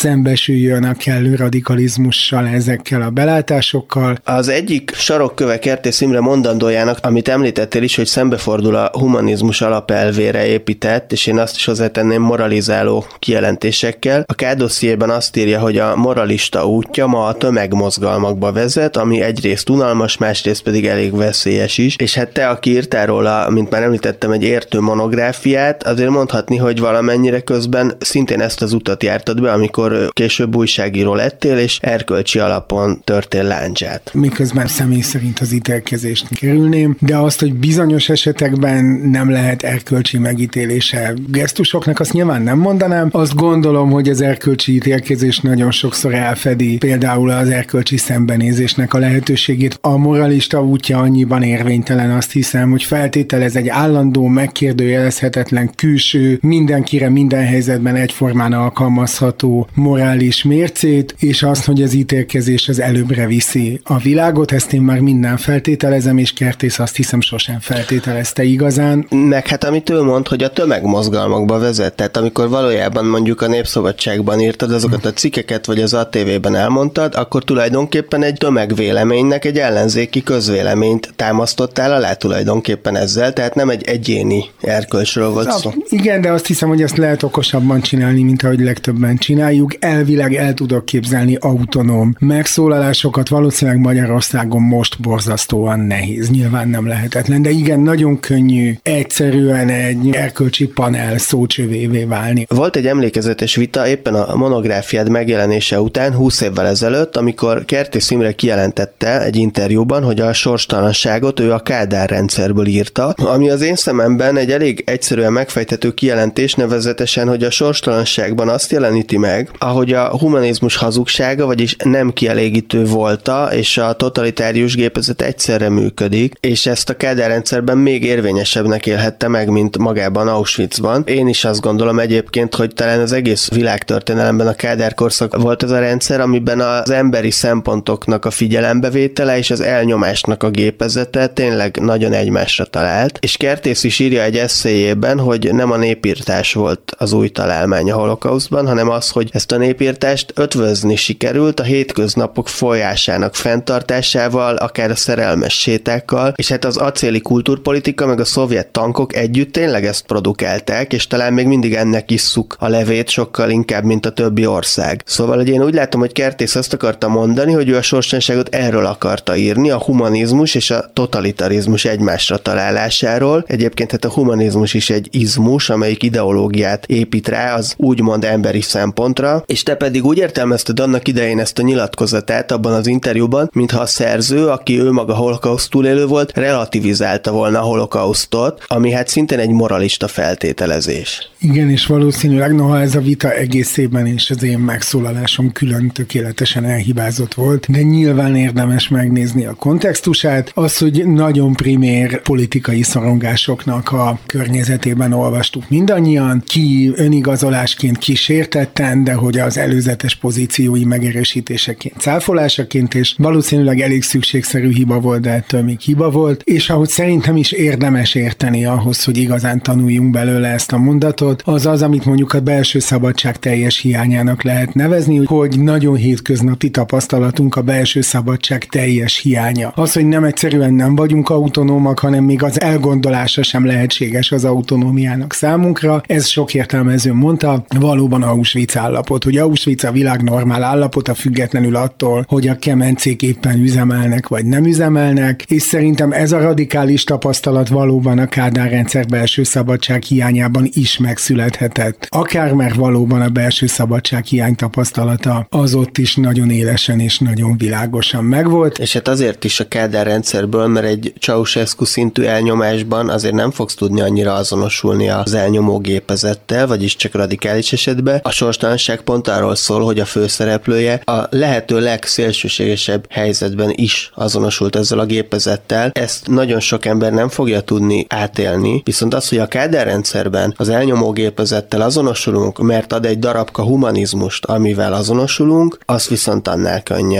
szembesüljön a kellő radikalizmussal, ezekkel a belátásokkal. Az egyik sarokköve Kertész Imre mondandójának, amit említettél is, hogy szembefordul a humanizmus alapelvére épített, és én azt is hozzátenném moralizáló kijelentésekkel. A K-dossziében azt írja, hogy a moralista útja ma a tömegmozgalmakba vezet, ami egyrészt unalmas, másrészt pedig elég veszélyes is. És hát te, aki írtál róla, mint már említettem, egy értő monográfiát, azért mondhatni, hogy valamennyire közben szintén ezt az utat jártad be, amikor később újságíró lettél, és erkölcsi alapon törtél lándzsát. Miközben személy szerint az ítélkezést kerülném, de azt, hogy bizonyos esetekben nem lehet erkölcsi megítélése gesztusoknak, azt nyilván nem mondanám. Azt gondolom, hogy az erkölcsi ítélkezés nagyon sokszor elfedi például az erkölcsi szembenézésnek a lehetőségét. A moralista útja annyiban érvénytelen, azt hiszem, hogy feltételez egy állandó, megkérdőjelezhetetlen külső, mindenkire, minden helyzetben egyformán alkalmazható morális mércét, és azt, hogy az ítélkezés az előbbre viszi a világot, ezt én már minden feltételezem, és Kertész azt hiszem sosem feltételezte igazán. Meg hát amit ő mond, hogy a tömegmozgalmakba vezet, tehát amikor valójában mondjuk a Népszabadságban írtad azokat a cikkeket, vagy az ATV-ben elmondtad, akkor tulajdonképpen egy tömegvéleménynek, egy ellenzéki közvéleményt támasztottál alá tulajdonképpen ezzel, tehát nem egy egyéni erkölcsről volt szó. Igen, de azt hiszem, hogy ezt lehet okosabban csinálni, mint ahogy legtöbben csináljuk. Elvileg el tudok képzelni autonóm megszólalásokat, valószínűleg Magyarországon most borzasztóan nehéz, nyilván nem lehetetlen, de igen, nagyon könnyű egyszerűen egy erkölcsi panel szócsövévé válni. Volt egy emlékezetes vita éppen a monográfiád megjelenése után 20 évvel ezelőtt, amikor Kertész Imre kijelentette egy interjúban, hogy a sorstalanságot ő a Kádár rendszerből írta, ami az én szememben egy elég egyszerűen megfejthető kijelentés, nevezetesen, hogy a sorstalanságban azt jeleníti meg, ahogy a humanizmus hazugsága, vagyis nem kielégítő volta, és a totalitárius gépezet egyszerre működik, és ezt a Kádár rendszerben még érvényesebbnek élhette meg, mint magában Auschwitzban. Én is azt gondolom egyébként, hogy talán az egész világtörténelemben a Kádár korszak volt az a rendszer, amiben az emberi szempontoknak a figyelembevétele és az elnyomásnak a gépezete tényleg nagyon egymásra talált, és Kertész is írja egy esszéjében, hogy nem a népírtás volt az új találmány a holokausztban, hanem az, hogy ezt a népírtást ötvözni sikerült a hétköznapok folyásának fenntartásával, akár a szerelmes sétákkal, és hát az acéli kultúrpolitika meg a szovjet tankok együtt tényleg ezt produkálták, és talán még mindig ennek isszuk a levét sokkal inkább, mint a többi ország. Szóval, hogy én úgy látom, hogy Kertész azt akarta mondani, hogy ő a sorstalanságot erről akarta írni, a humanizmus és a totalitarizmus egymásra találásáról. Egyébként hát a humanizmus is egy izmus, amelyik ideológiát épít rá az úgymond emberi szempontra, és te pedig úgy értelmezted annak idején ezt a nyilatkozatát abban az interjúban, mintha a szerző, aki ő maga holokauszt túlélő volt, relativizálta volna a holokausztot, ami hát szintén egy moralista feltételezés. Igen, és valószínűleg noha ez a vita egészében és az én megszólalásom külön tökéletesen elhibázott volt, de nyilván érdemes megnézni a kontextusát. Az, hogy nagyon primér politikai szorongásoknak a környezetében olvastuk mindannyian, ki önigazolásként kísértetten, de hogy az előzetes pozíciói megerősítéseként, cáfolásaként, és valószínűleg elég szükségszerű hiba volt, de ettől még hiba volt, és ahogy szerintem is érdemes érteni ahhoz, hogy igazán tanuljunk belőle ezt a mondatot, az az, amit mondjuk a belső szabadság teljes hiányának lehet nevezni, hogy nagyon hétköznapi tapasztalatunk a belső szabadság teljes hiánya. Az, hogy nem egyszerűen nem vagyunk autonómak, hanem még az elgondolása sem lehetséges az autonómiának számunkra. Ez sok értelmező mondta, valóban Auschwitz állapot, hogy Auschwitz a világ normál állapota függetlenül attól, hogy a kemencék éppen üzemelnek vagy nem üzemelnek, és szerintem ez a radikális tapasztalat valóban a Kádár rendszer belső szabadság hiányában is megszülethetett. Akár mert valóban a belső szabadság hiány tapasztalata az ott is nagyon élesen és nagyon világosan megvolt. És hát azért is a Kádár rendszerből, mert egy Ceausescu szintű elnyomásban azért nem fogsz tudni annyira azonosulni az elnyomó gépezettel, vagyis csak radikális esetben. A sorstalanság pont arról szól, hogy a főszereplője a lehető legszélsőségesebb helyzetben is azonosult ezzel a gépezettel. Ezt nagyon sok ember nem fogja tudni átélni, viszont az, hogy a Kádár rendszerben az elnyomó gépezettel azonosulunk, mert ad egy darabka humanizmust, amivel azonosulunk, az viszont annál könnyebb.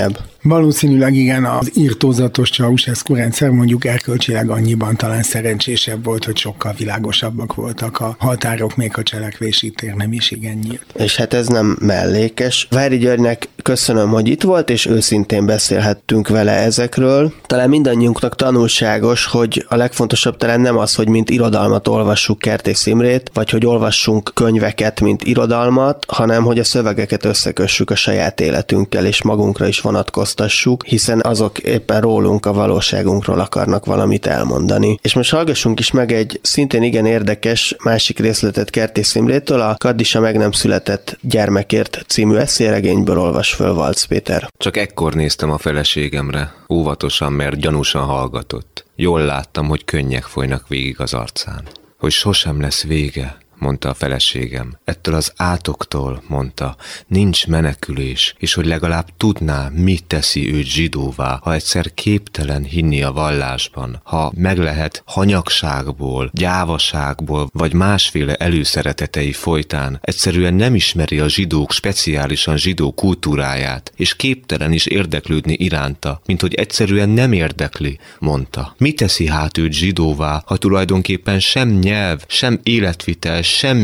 Valószínűleg igen, az irtózatos Ceausescu rendszer mondjuk erkölcsileg annyiban talán szerencsésebb volt, hogy sokkal világosabbak voltak a határok, még a cselekvési tér nem is igen nyílt. És hát ez nem mellékes. Vári Györgynek köszönöm, hogy itt volt, és őszintén beszélhettünk vele ezekről. Talán mindannyiunknak tanulságos, hogy a legfontosabb talán nem az, hogy mint irodalmat olvassuk Kertész Imrét, vagy hogy olvassunk könyveket, mint irodalmat, hanem hogy a szövegeket összekössük a saját életünkkel, és magunkra is vonatkoztassuk, hiszen azok éppen rólunk, a valóságunkról akarnak valamit elmondani. És most hallgassunk is meg egy szintén igen érdekes másik részletet Kertész Imrétől, a Kaddisa meg nem született gyermekért című esszéregényből olvas föl Valc Péter. Csak ekkor néztem a feleségemre, óvatosan, mert gyanúsan hallgatott. Jól láttam, hogy könnyek folynak végig az arcán. Hogy sosem lesz vége, mondta a feleségem. Ettől az átoktól, mondta, nincs menekülés, és hogy legalább tudná, mit teszi őt zsidóvá, ha egyszer képtelen hinni a vallásban, ha meg lehet hanyagságból, gyávaságból, vagy másféle előszeretetei folytán, egyszerűen nem ismeri a zsidók speciálisan zsidó kultúráját, és képtelen is érdeklődni iránta, mint hogy egyszerűen nem érdekli, mondta. Mi teszi hát őt zsidóvá, ha tulajdonképpen sem nyelv, sem életvitel,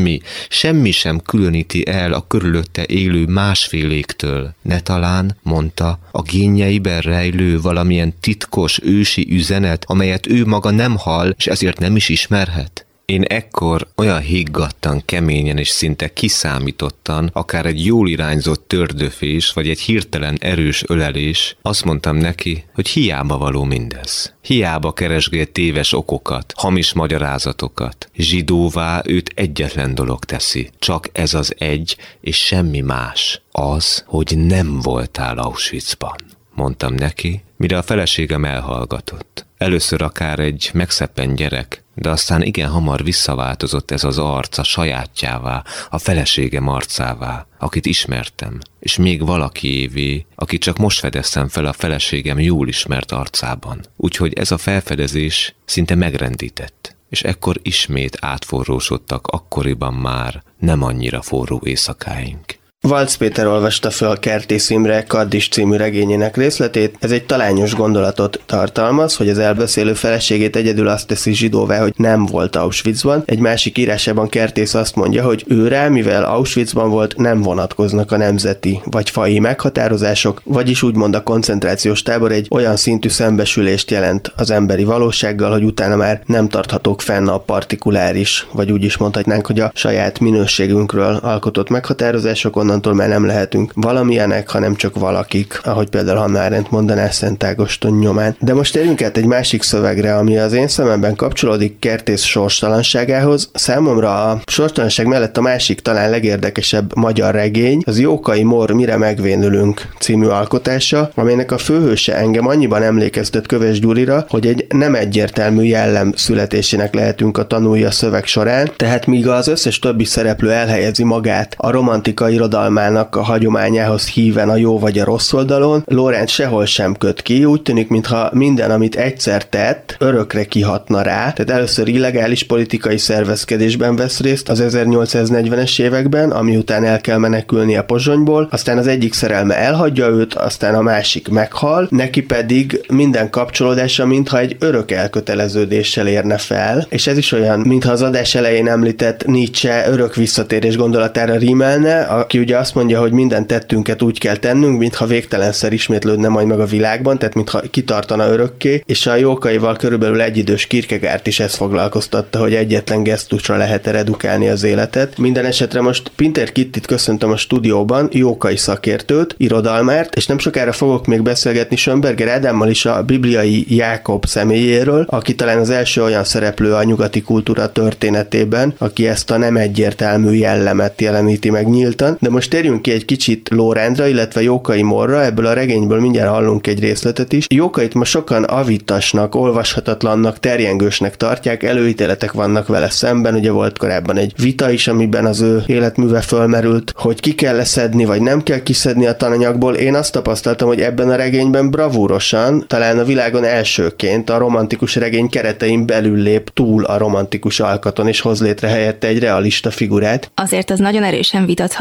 semmi sem különíti el a körülötte élő másféléktől. Ne talán, mondta, a génjeiben rejlő valamilyen titkos ősi üzenet, amelyet ő maga nem hall, és ezért nem is ismerhet? Én ekkor olyan higgadtan, keményen és szinte kiszámítottan, akár egy jól irányzott tördöfés, vagy egy hirtelen erős ölelés, azt mondtam neki, hogy hiába való mindez. Hiába keresgél téves okokat, hamis magyarázatokat. Zsidóvá őt egyetlen dolog teszi. Csak ez az egy, és semmi más. Az, hogy nem voltál Auschwitzban. Mondtam neki, mire a feleségem elhallgatott. Először akár egy megszeppent gyerek, de aztán igen hamar visszaváltozott ez az arc a sajátjává, a feleségem arcává, akit ismertem, és még valakiévé, akit csak most fedeztem fel a feleségem jól ismert arcában. Úgyhogy ez a felfedezés szinte megrendített, és ekkor ismét átforrósodtak akkoriban már nem annyira forró éjszakáink. Valc Péter olvasta föl Kertész Imre Kaddis című regényének részletét. Ez egy talányos gondolatot tartalmaz, hogy az elbeszélő feleségét egyedül azt teszi zsidóvá, hogy nem volt Auschwitzban. Egy másik írásában Kertész azt mondja, hogy őrá, mivel Auschwitzban volt, nem vonatkoznak a nemzeti vagy faji meghatározások, vagyis úgymond a koncentrációs tábor egy olyan szintű szembesülést jelent az emberi valósággal, hogy utána már nem tarthatók fenn a partikuláris, vagy úgy is mondhatnánk, hogy a saját minőségünkről alkotott meghatározások, onnantól már nem lehetünk valamilyenek, hanem csak valakik, ahogy például Hannah Arendt mondaná Szent Ágoston nyomán. De most térjünk át egy másik szövegre, ami az én szememben kapcsolódik Kertész sorstalanságához. Számomra a sorstalanság mellett a másik, talán legérdekesebb magyar regény, az Jókai Mór Mire megvénülünk című alkotása, amelynek a főhőse engem annyiban emlékeztet Köves Gyurira, hogy egy nem egyértelmű jellem születésének lehetünk a tanulja szöveg során, tehát míg az összes többi szereplő elhelyezi magát a romantika irodalmának a hagyományához híven a jó vagy a rossz oldalon, Lóránt sehol sem köt ki, úgy tűnik, mintha minden, amit egyszer tett, örökre kihatna rá, tehát először illegális politikai szervezkedésben vesz részt az 1840-es években, ami után el kell menekülnie Pozsonyból, aztán az egyik szerelme elhagyja őt, aztán a másik meghal, neki pedig minden kapcsolódása, mintha egy örök elköteleződéssel érne fel, és ez is olyan, mintha az adás elején említett Nietzsche örök visszatérés gondolatára rímelne, aki ugye azt mondja, hogy minden tettünket úgy kell tennünk, mintha végtelenszer ismétlődne majd meg a világban, tehát mintha kitartana örökké, és a Jókaival körülbelül egyidős Kierkegaard is ezt foglalkoztatta, hogy egyetlen gesztusra lehet redukálni az életet. Minden esetre most Pintér Kittit köszöntöm a stúdióban, Jókai szakértőt, irodalmárt, és nem sokára fogok még beszélgetni Schönberger Ádámmal is a bibliai Jákob személyéről, aki talán az első olyan szereplő a nyugati kultúra történetében, aki ezt a nem egyértelmű jellemet jeleníti meg nyíltan. De most térjünk ki egy kicsit Lórántra, illetve Jókai Mórra, ebből a regényből mindjárt hallunk egy részletet is. Jókait ma sokan avitasnak, olvashatatlannak, terjengősnek tartják, előítéletek vannak vele szemben, ugye volt korábban egy vita is, amiben az ő életműve fölmerült, hogy ki kell leszedni, vagy nem kell kiszedni a tananyagból. Én azt tapasztaltam, hogy ebben a regényben bravúrosan, talán a világon elsőként a romantikus regény keretein belül lép túl a romantikus alkaton, és hoz létre helyette egy realista figurát. Azért az nagyon erősen vitatható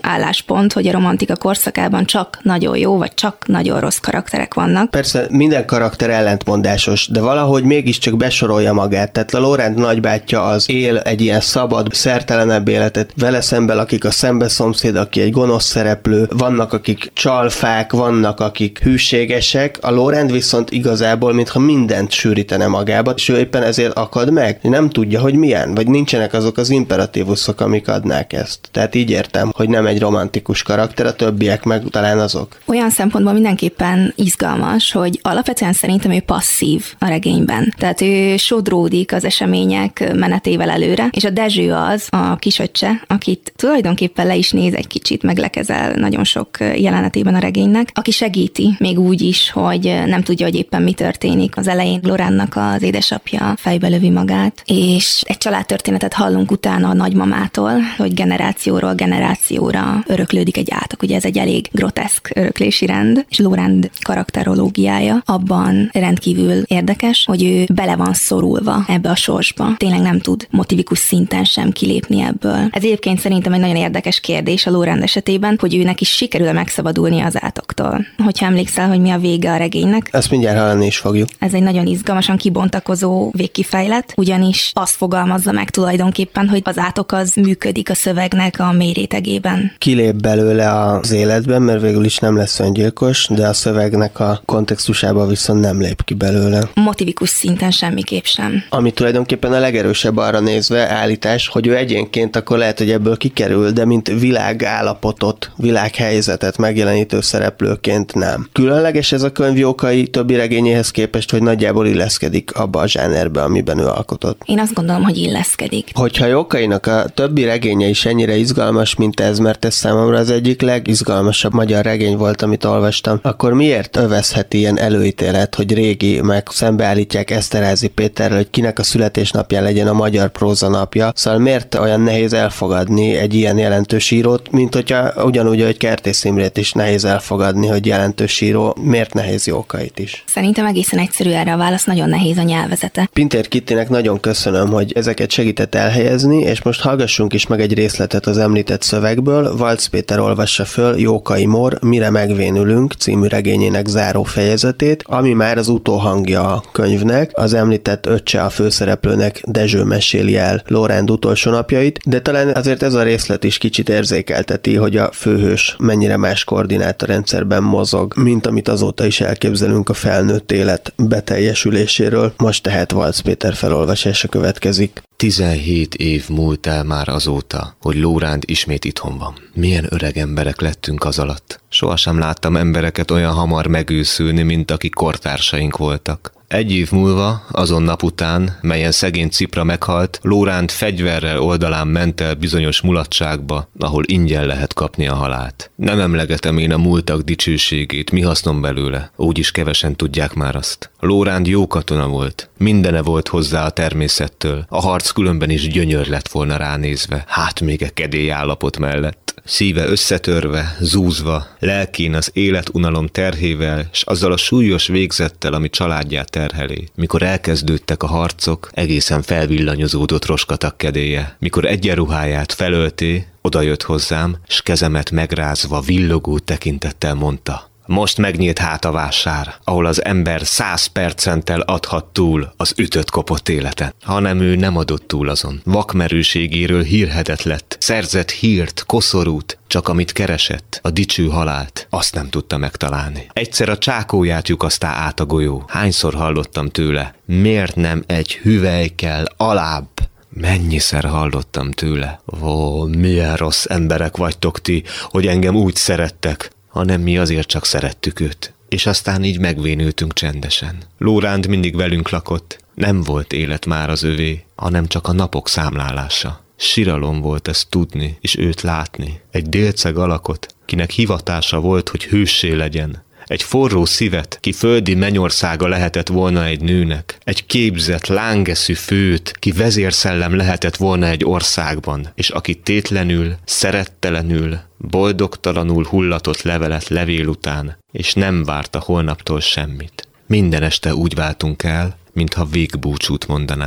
álláspont, hogy a romantika korszakában csak nagyon jó, vagy csak nagyon rossz karakterek vannak. Persze minden karakter ellentmondásos, de valahogy mégiscsak besorolja magát. Tehát a Lorend nagybátyja az él egy ilyen szabad, szertelenebb életet, vele szemben akik a szembeszomszéd, aki egy gonosz szereplő, vannak akik csalfák, vannak akik hűségesek, a Lorend viszont igazából mintha mindent sűrítene magába, és ő éppen ezért akad meg. Nem tudja, hogy milyen, vagy nincsenek azok az imperatívuszok, amik adnák ezt. Tehát így értem, hogy nem egy romantikus karakter, a többiek meg talán azok. Olyan szempontból mindenképpen izgalmas, hogy alapvetően szerintem ő passzív a regényben. Tehát ő sodródik az események menetével előre, és a Dezső az, a kisöccse, akit tulajdonképpen le is néz egy kicsit, meglekezel nagyon sok jelenetében a regénynek, aki segíti, még úgy is, hogy nem tudja, hogy éppen mi történik. Az elején Loránnak az édesapja fejbe lövi magát, és egy családtörténetet hallunk utána a nagymamától, hogy generációról generációra öröklődik egy átok. Ugye ez egy elég groteszk öröklési rend, és Lorand karakterológiája abban rendkívül érdekes, hogy ő bele van szorulva ebbe a sorsba. Tényleg nem tud motivikus szinten sem kilépni ebből. Ez egyébként szerintem egy nagyon érdekes kérdés a Lorand esetében, hogy őnek is sikerül megszabadulni az átoktól. Hogyha emlékszel, hogy mi a vége a regénynek. Ezt mindjárt hallani is fogjuk. Ez egy nagyon izgalmasan kibontakozó végkifejlet, ugyanis azt fogalmazza meg tulajdonképpen, hogy az átok az működik a szövegnek a mély rétegében. Kilép belőle az életben, mert végül is nem lesz öngyilkos, de a szövegnek a kontextusában viszont nem lép ki belőle. Motivikus szinten semmiképp sem. Ami tulajdonképpen a legerősebb arra nézve állítás, hogy ő egyénként akkor lehet, hogy ebből kikerül, de mint világállapotot, világhelyzetet megjelenítő szereplőként nem. Különleges ez a könyv Jókai többi regényéhez képest, hogy nagyjából illeszkedik abba a zsánerbe, amiben ő alkotott. Én azt gondolom, hogy illeszkedik. Hogyha Jókainak a többi regénye is ennyire izgalmas, mint ez, mert ez számomra az egyik legizgalmasabb magyar regény volt, amit olvastam, akkor miért övezheti ilyen előítélet, hogy régi, meg szembeállítják Eszterházy Péterrel, hogy kinek a születésnapján legyen a magyar próza napja, szóval miért olyan nehéz elfogadni egy ilyen jelentős írót, mint hogyha ugyanúgy, hogy Kertész Imrét is nehéz elfogadni, hogy jelentős író, miért nehéz Jókait is? Szerintem egészen egyszerű erre a válasz, nagyon nehéz a nyelvezete. Pintér Kittinek nagyon köszönöm, hogy ezeket segített elhelyezni, és most hallgassunk is meg egy részletet az említett szövegből. Valc Péter olvassa föl Jókai Mór Mire megvénülünk című regényének záró fejezetét, ami már az utóhangja a könyvnek. Az említett öccse a főszereplőnek, Dezső meséli el Lorand utolsó napjait, de talán azért ez a részlet is kicsit érzékelteti, hogy a főhős mennyire más koordinátorrendszerben mozog, mint amit azóta is elképzelünk a felnőtt élet beteljesüléséről. Most tehát Valc Péter felolvasása következik. 17 év múlt el már azóta, hogy Lorand ismét itthon van. Milyen öreg emberek lettünk az alatt. Sohasem láttam embereket olyan hamar megőszülni, mint akik kortársaink voltak. 1 év múlva, azon nap után, melyen szegény Cipra meghalt, Lorand fegyverrel oldalán ment el bizonyos mulatságba, ahol ingyen lehet kapni a halált. Nem emlegetem én a múltak dicsőségét, mi hasznom belőle, úgyis kevesen tudják már azt. Lorand jó katona volt, mindene volt hozzá a természettől, a harc különben is gyönyör lett volna ránézve, hát még a kedély állapot mellett. Szíve összetörve, zúzva, lelkén az életunalom terhével, s azzal a súlyos végzettel, ami családját terheli. Mikor elkezdődtek a harcok, egészen felvillanyozódott roskatak kedélye. Mikor egyenruháját felölté, odajött hozzám, s kezemet megrázva villogó tekintettel mondta: most megnyílt hát a vásár, ahol az ember 100 percenttel adhat túl az ütött-kopott életen. Hanem ő nem adott túl azon. Vakmerőségéről hírhetet lett, szerzett hírt, koszorút, csak amit keresett, a dicső halált, azt nem tudta megtalálni. Egyszer a csákóját lyukasztá át a golyó. Hányszor hallottam tőle, miért nem egy hüvely kell alább? Mennyiszer hallottam tőle, ó, milyen rossz emberek vagytok ti, hogy engem úgy szerettek, hanem mi azért csak szerettük őt. És aztán így megvénültünk csendesen. Lorand mindig velünk lakott, nem volt élet már az övé, hanem csak a napok számlálása. Siralom volt ezt tudni, és őt látni. Egy délceg alakot, kinek hivatása volt, hogy hőssé legyen. Egy forró szívet, ki földi mennyországa lehetett volna egy nőnek. Egy képzett, lángeszű főt, ki vezérszellem lehetett volna egy országban, és aki tétlenül, szerettelenül, boldogtalanul hullatott levelet levél után, és nem várta holnaptól semmit. Minden este úgy váltunk el, mintha végbúcsút mondanánk.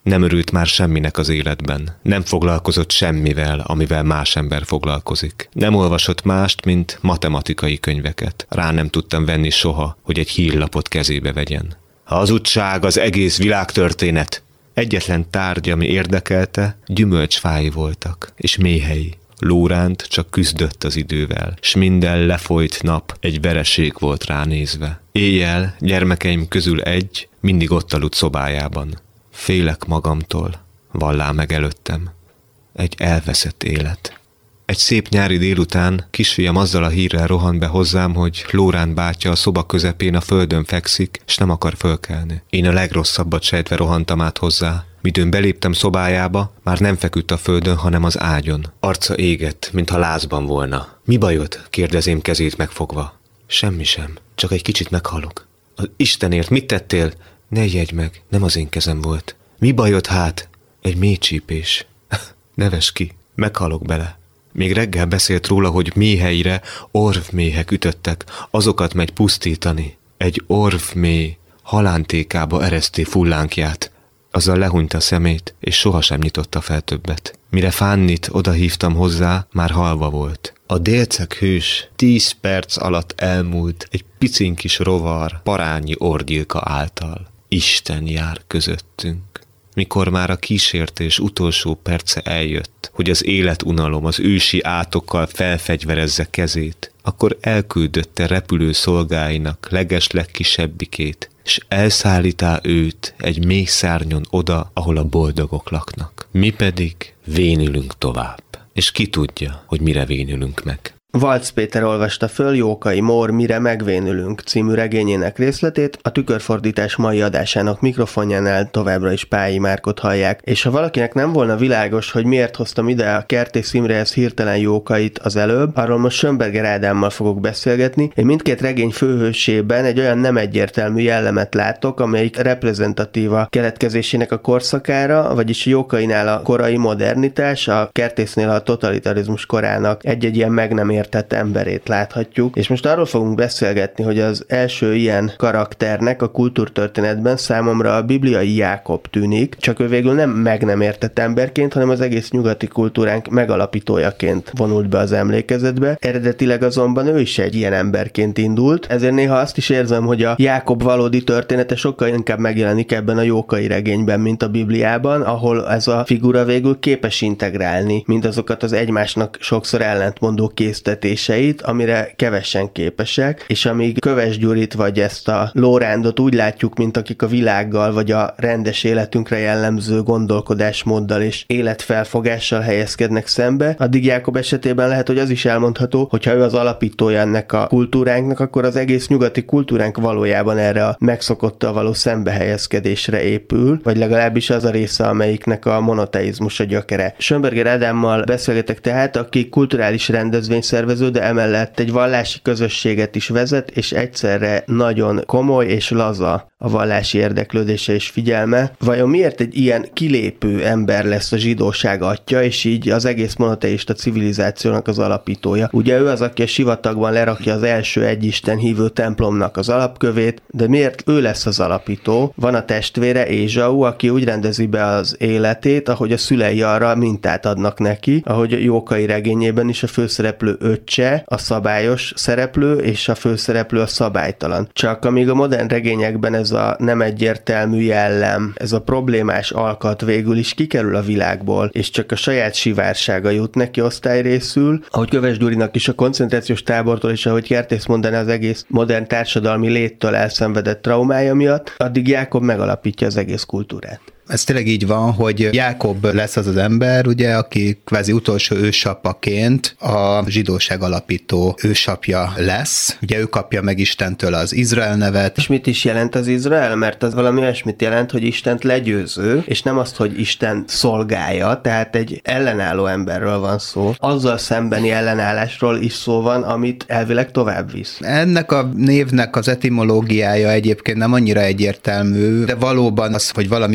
Nem örült már semminek az életben. Nem foglalkozott semmivel, amivel más ember foglalkozik. Nem olvasott mást, mint matematikai könyveket. Rá nem tudtam venni soha, hogy egy hírlapot kezébe vegyen. Hazugság az egész világtörténet. Egyetlen tárgy, ami érdekelte, gyümölcsfái voltak, és méhei. Lóránt csak küzdött az idővel, s minden lefolyt nap egy vereség volt ránézve. Éjjel gyermekeim közül egy mindig ott aludt szobájában. Félek magamtól, vallá meg előttem. Egy elveszett élet. Egy szép nyári délután kisfiam azzal a hírrel rohant be hozzám, hogy Lóránt bátyja a szoba közepén a földön fekszik, s nem akar fölkelni. Én a legrosszabbat sejtve rohantam át hozzá. Midőn beléptem szobájába, már nem feküdt a földön, hanem az ágyon. Arca égett, mintha lázban volna. Mi bajod? Kérdezém kezét megfogva. Semmi sem, csak egy kicsit meghalok. Az Istenért mit tettél? Ne ijedj meg, nem az én kezem volt. Mi bajod hát? Egy mély csípés. Neves ki, meghalok bele. Még reggel beszélt róla, hogy méheire orvméhek ütöttek, azokat megy pusztítani. Egy orvméh halántékába ereszté fullánkját. Azzal lehúnyta a szemét, és sohasem nyitotta fel többet. Mire Fannit odahívtam hozzá, már halva volt. A délceg hős 10 perc alatt elmúlt egy picin kis rovar parányi orgyilka által. Isten jár közöttünk. Mikor már a kísértés utolsó perce eljött, hogy az életunalom az ősi átokkal felfegyverezze kezét, akkor elküldötte repülő szolgáinak legeslegkisebbikét, s elszállítá őt egy mély szárnyon oda, ahol a boldogok laknak. Mi pedig vénülünk tovább, és ki tudja, hogy mire vénülünk meg. Valc Péter olvasta föl Jókai Mór Mire megvénülünk című regényének részletét, a Tükörfordítás mai adásának mikrofonjánál továbbra is Pályi Márkot hallják. És ha valakinek nem volna világos, hogy miért hoztam ide a Kertész Imréhez hirtelen Jókait az előbb, arról most Schönberger Ádámmal fogok beszélgetni. Én mindkét regény főhősében egy olyan nem egyértelmű jellemet látok, amelyik reprezentatív a keletkezésének a korszakára, vagyis Jókainál a korai modernitás, a Kertésznél a totalitarizmus korának egy-egy ilyen meg nem értett emberét láthatjuk, és most arról fogunk beszélgetni, hogy az első ilyen karakternek a kultúrtörténetben számomra a bibliai Jákob tűnik, csak ő végül nem értett emberként, hanem az egész nyugati kultúránk megalapítójaként vonult be az emlékezetbe. Eredetileg azonban ő is egy ilyen emberként indult, ezért néha azt is érzem, hogy a Jákob valódi története sokkal inkább megjelenik ebben a Jókai regényben, mint a Bibliában, ahol ez a figura végül képes integrálni mindazokat az egymásnak sokszor ellentmondó késztetéseit, amire kevesen képesek, és amíg Köves Gyurit vagy ezt a Lórándot úgy látjuk, mint akik a világgal vagy a rendes életünkre jellemző gondolkodásmóddal és életfelfogással helyezkednek szembe, addig Jákob esetében lehet, hogy az is elmondható, hogyha ő az alapítója ennek a kultúránknak, akkor az egész nyugati kultúránk valójában erre a megszokottal való szembehelyezkedésre épül, vagy legalábbis az a része, amelyiknek a monoteizmus a gyökere. Schönberger Ádámmal beszélgetek tehát, aki kulturális rendezvényszervező, de emellett egy vallási közösséget is vezet, és egyszerre nagyon komoly és laza a vallási érdeklődése és figyelme. Vajon miért egy ilyen kilépő ember lesz a zsidóság atya, és így az egész monoteista civilizációnak az alapítója? Ugye ő az, aki a sivatagban lerakja az első egyisten hívő templomnak az alapkövét, de miért ő lesz az alapító? Van a testvére Ézsau, aki úgy rendezi be az életét, ahogy a szülei arra mintát adnak neki, ahogy a Jókai regényében is a főszereplő öccse a szabályos szereplő, és a főszereplő a szabálytalan. Csak amíg a modern regényekben ez a nem egyértelmű jellem, ez a problémás alkat végül is kikerül a világból, és csak a saját sivársága jut neki osztályrészül, ahogy Köves Gyurinak is a koncentrációs tábortól, és ahogy Kertész mondaná az egész modern társadalmi léttől elszenvedett traumája miatt, addig Jákob megalapítja az egész kultúrát. Ez tényleg így van, hogy Jákob lesz az az ember, ugye, aki kvázi utolsó ősapaként a zsidóság alapító ősapja lesz. Ugye ő kapja meg Istentől az Izrael nevet. És mit is jelent az Izrael? Mert az valami olyasmit jelent, hogy Istent legyőző, és nem azt, hogy Isten szolgálja, tehát egy ellenálló emberről van szó. Azzal szembeni ellenállásról is szó van, amit elvileg tovább visz. Ennek a névnek az etimológiája egyébként nem annyira egyértelmű, de valóban az, hogy valamilyen módon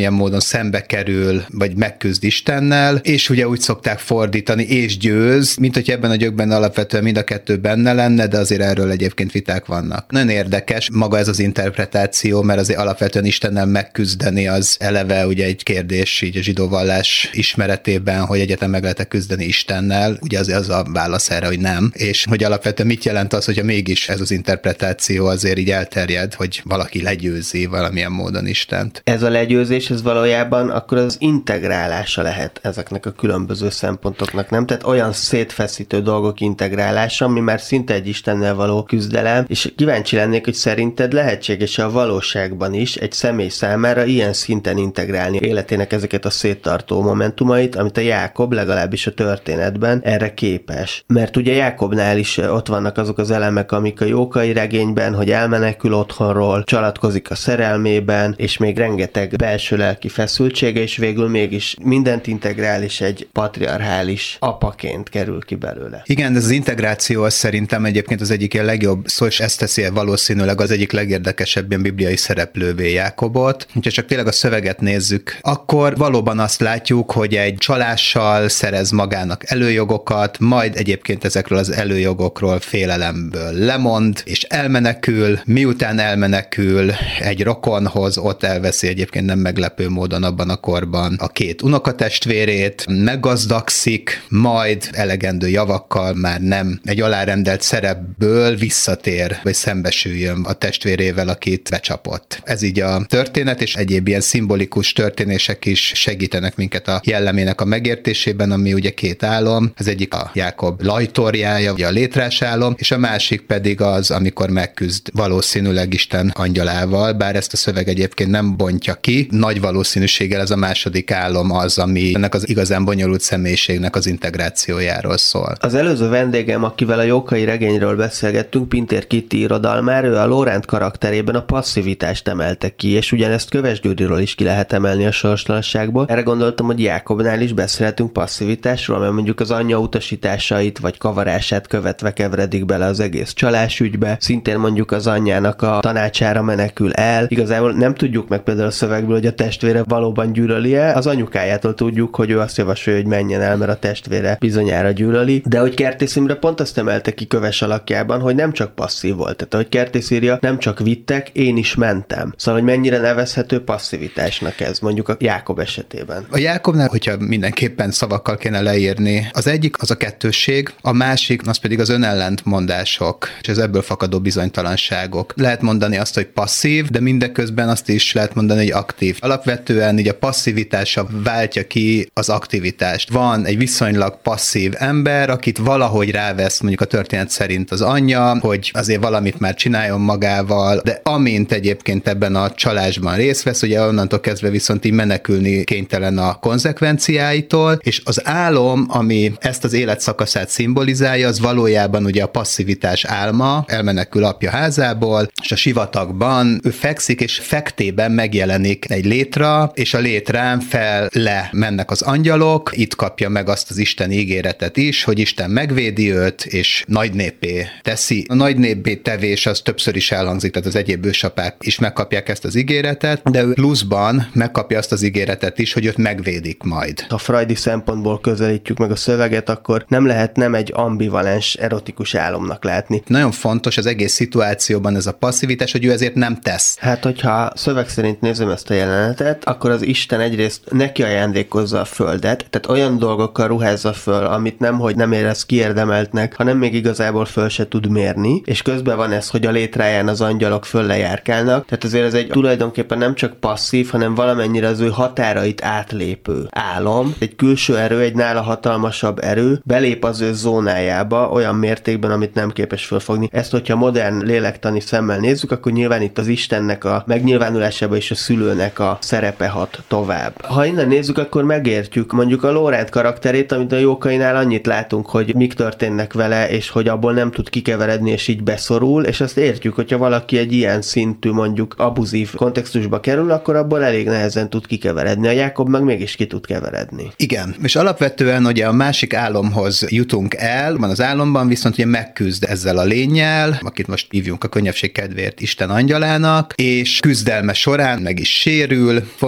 szembe kerül, vagy megküzd Istennel, és ugye úgy szokták fordítani, és győz, mint hogy ebben a gyökben alapvetően mind a kettő benne lenne, de azért erről egyébként viták vannak. Nagyon érdekes maga ez az interpretáció, mert azért alapvetően Istennel megküzdeni az eleve ugye egy kérdés így a zsidó vallás ismeretében, hogy egyetem meg lehet-e küzdeni Istennel, ugye az a válasz erre, hogy nem, és hogy alapvetően mit jelent az, hogyha mégis ez az interpretáció azért így elterjed, hogy valaki legyőzi valamilyen módon Istent. Ez a legyőzés, ez valójában akkor az integrálása lehet ezeknek a különböző szempontoknak, nem? Tehát olyan szétfeszítő dolgok integrálása, ami már szinte egy Istennel való küzdelem, és kíváncsi lennék, hogy szerinted lehetséges a valóságban is egy személy számára ilyen szinten integrálni életének ezeket a széttartó momentumait, amit a Jákob legalábbis a történetben erre képes. Mert ugye Jákobnál is ott vannak azok az elemek, amik a Jókai regényben, hogy elmenekül otthonról, csalatkozik a szerelmében, és még rengeteg belső lelki feszültsége, és végül mégis mindent integrál, és egy patriarchális apaként kerül ki belőle. Igen, ez az integráció az szerintem egyébként az egyik ilyen legjobb szó, és ezt teszi valószínűleg az egyik legérdekesebb ilyen bibliai szereplővé Jákobot. Ha csak tényleg a szöveget nézzük, akkor valóban azt látjuk, hogy egy csalással szerez magának előjogokat, majd egyébként ezekről az előjogokról félelemből lemond, és elmenekül, miután elmenekül egy rokonhoz, ott elveszi egyébként nem meglepő módon abban a korban a két unokatestvérét, meggazdagszik, majd elegendő javakkal már nem egy alárendelt szerepből visszatér, vagy szembesüljön a testvérével, akit becsapott. Ez így a történet, és egyéb ilyen szimbolikus történések is segítenek minket a jellemének a megértésében, ami ugye két álom, az egyik a Jákob lajtorjája, ugye a létrás álom, és a másik pedig az, amikor megküzd valószínűleg Isten angyalával, bár ezt a szöveg egyébként nem bontja ki, nagy valószínűséggel ez a második álom az, ami ennek az igazán bonyolult személyiségnek az integrációjáról szól. Az előző vendégem, akivel a Jókai regényről beszélgettünk, Pintér Kitti irodalmár, ő a Lóránt karakterében a passzivitást emelte ki, és ugyanezt Köves Gyuriról is ki lehet emelni a sorstalanságból. Erre gondoltam, hogy Jákobnál is beszélhetünk passzivitásról, mert mondjuk az anyja utasításait vagy kavarását követve keveredik bele az egész csalásügybe, szintén mondjuk az anyjának a tanácsára menekül el. Igazából nem tudjuk meg például a szövegből, hogy a testvére valóban gyűlöli-e. Az anyukájától tudjuk, hogy ő azt javasolja, hogy menjen el, mert a testvére bizonyára gyűlöli. De hogy Kertész Imre pont azt emelte ki Köves alakjában, hogy nem csak passzív volt. Tehát ahogy Kertész írja, nem csak vittek, én is mentem. Szóval, hogy mennyire nevezhető passzivitásnak ez, mondjuk a Jákob esetében. A Jákobnál, hogyha mindenképpen szavakkal kéne leírni, az egyik az a kettősség, a másik az pedig az önellentmondások, és az ebből fakadó bizonytalanságok. Lehet mondani azt, hogy passzív, de mindeközben azt is lehet mondani, hogy aktív. Alapvetően így a passzivitása váltja ki az aktivitást. Van egy viszonylag passzív ember, akit valahogy rávesz mondjuk a történet szerint az anyja, hogy azért valamit már csináljon magával, de amint egyébként ebben a csalásban részt vesz, ugye onnantól kezdve viszont így menekülni kénytelen a konzekvenciáitól, és az álom, ami ezt az életszakaszát szimbolizálja, az valójában ugye a passzivitás álma, elmenekül apja házából, és a sivatagban ő fekszik, és fektében megjelenik egy létra, és a létrán fel le mennek az angyalok, itt kapja meg azt az isteni ígéretet is, hogy Isten megvédi őt, és nagy néppé teszi. A nagy néppé tevés az többször is elhangzik, tehát az egyéb ősapák is megkapják ezt az ígéretet, de ő pluszban megkapja azt az ígéretet is, hogy őt megvédik majd. Ha freudi szempontból közelítjük meg a szöveget, akkor nem lehet nem egy ambivalens erotikus álomnak látni. Nagyon fontos az egész szituációban ez a passzivitás, hogy ő ezért nem tesz. Hát, hogyha szöveg szerint nézem ezt a jelenetet, akkor az Isten egyrészt neki ajándékozza a földet, tehát olyan dolgokkal ruházza föl, amit nemhogy nem érez kiérdemeltnek, hanem még igazából föl se tud mérni, és közben van ez, hogy a létráján az angyalok föl lejárkálnak, tehát azért ez egy tulajdonképpen nem csak passzív, hanem valamennyire az ő határait átlépő álom. Egy külső erő, egy nála hatalmasabb erő belép az ő zónájába olyan mértékben, amit nem képes fölfogni. Ezt, hogyha modern lélektani szemmel nézzük, akkor nyilván itt az Istennek a megnyilvánulásába és a szülőnek a szerepe hat tovább. Ha innen nézzük, akkor megértjük mondjuk a Lóránt karakterét, amit a Jókainál annyit látunk, hogy mik történnek vele, és hogy abból nem tud kikeveredni, és így beszorul, és azt értjük, hogyha valaki egy ilyen szintű, mondjuk abuzív kontextusba kerül, akkor abból elég nehezen tud kikeveredni. A Jákob meg mégis ki tud keveredni. Igen, és alapvetően ugye a másik álomhoz jutunk el, van az álomban viszont ugye megküzd ezzel a lénnyel, akit most hívjunk a könnyebbség kedvéért Isten angyalának, és küzdelme során meg is sérül.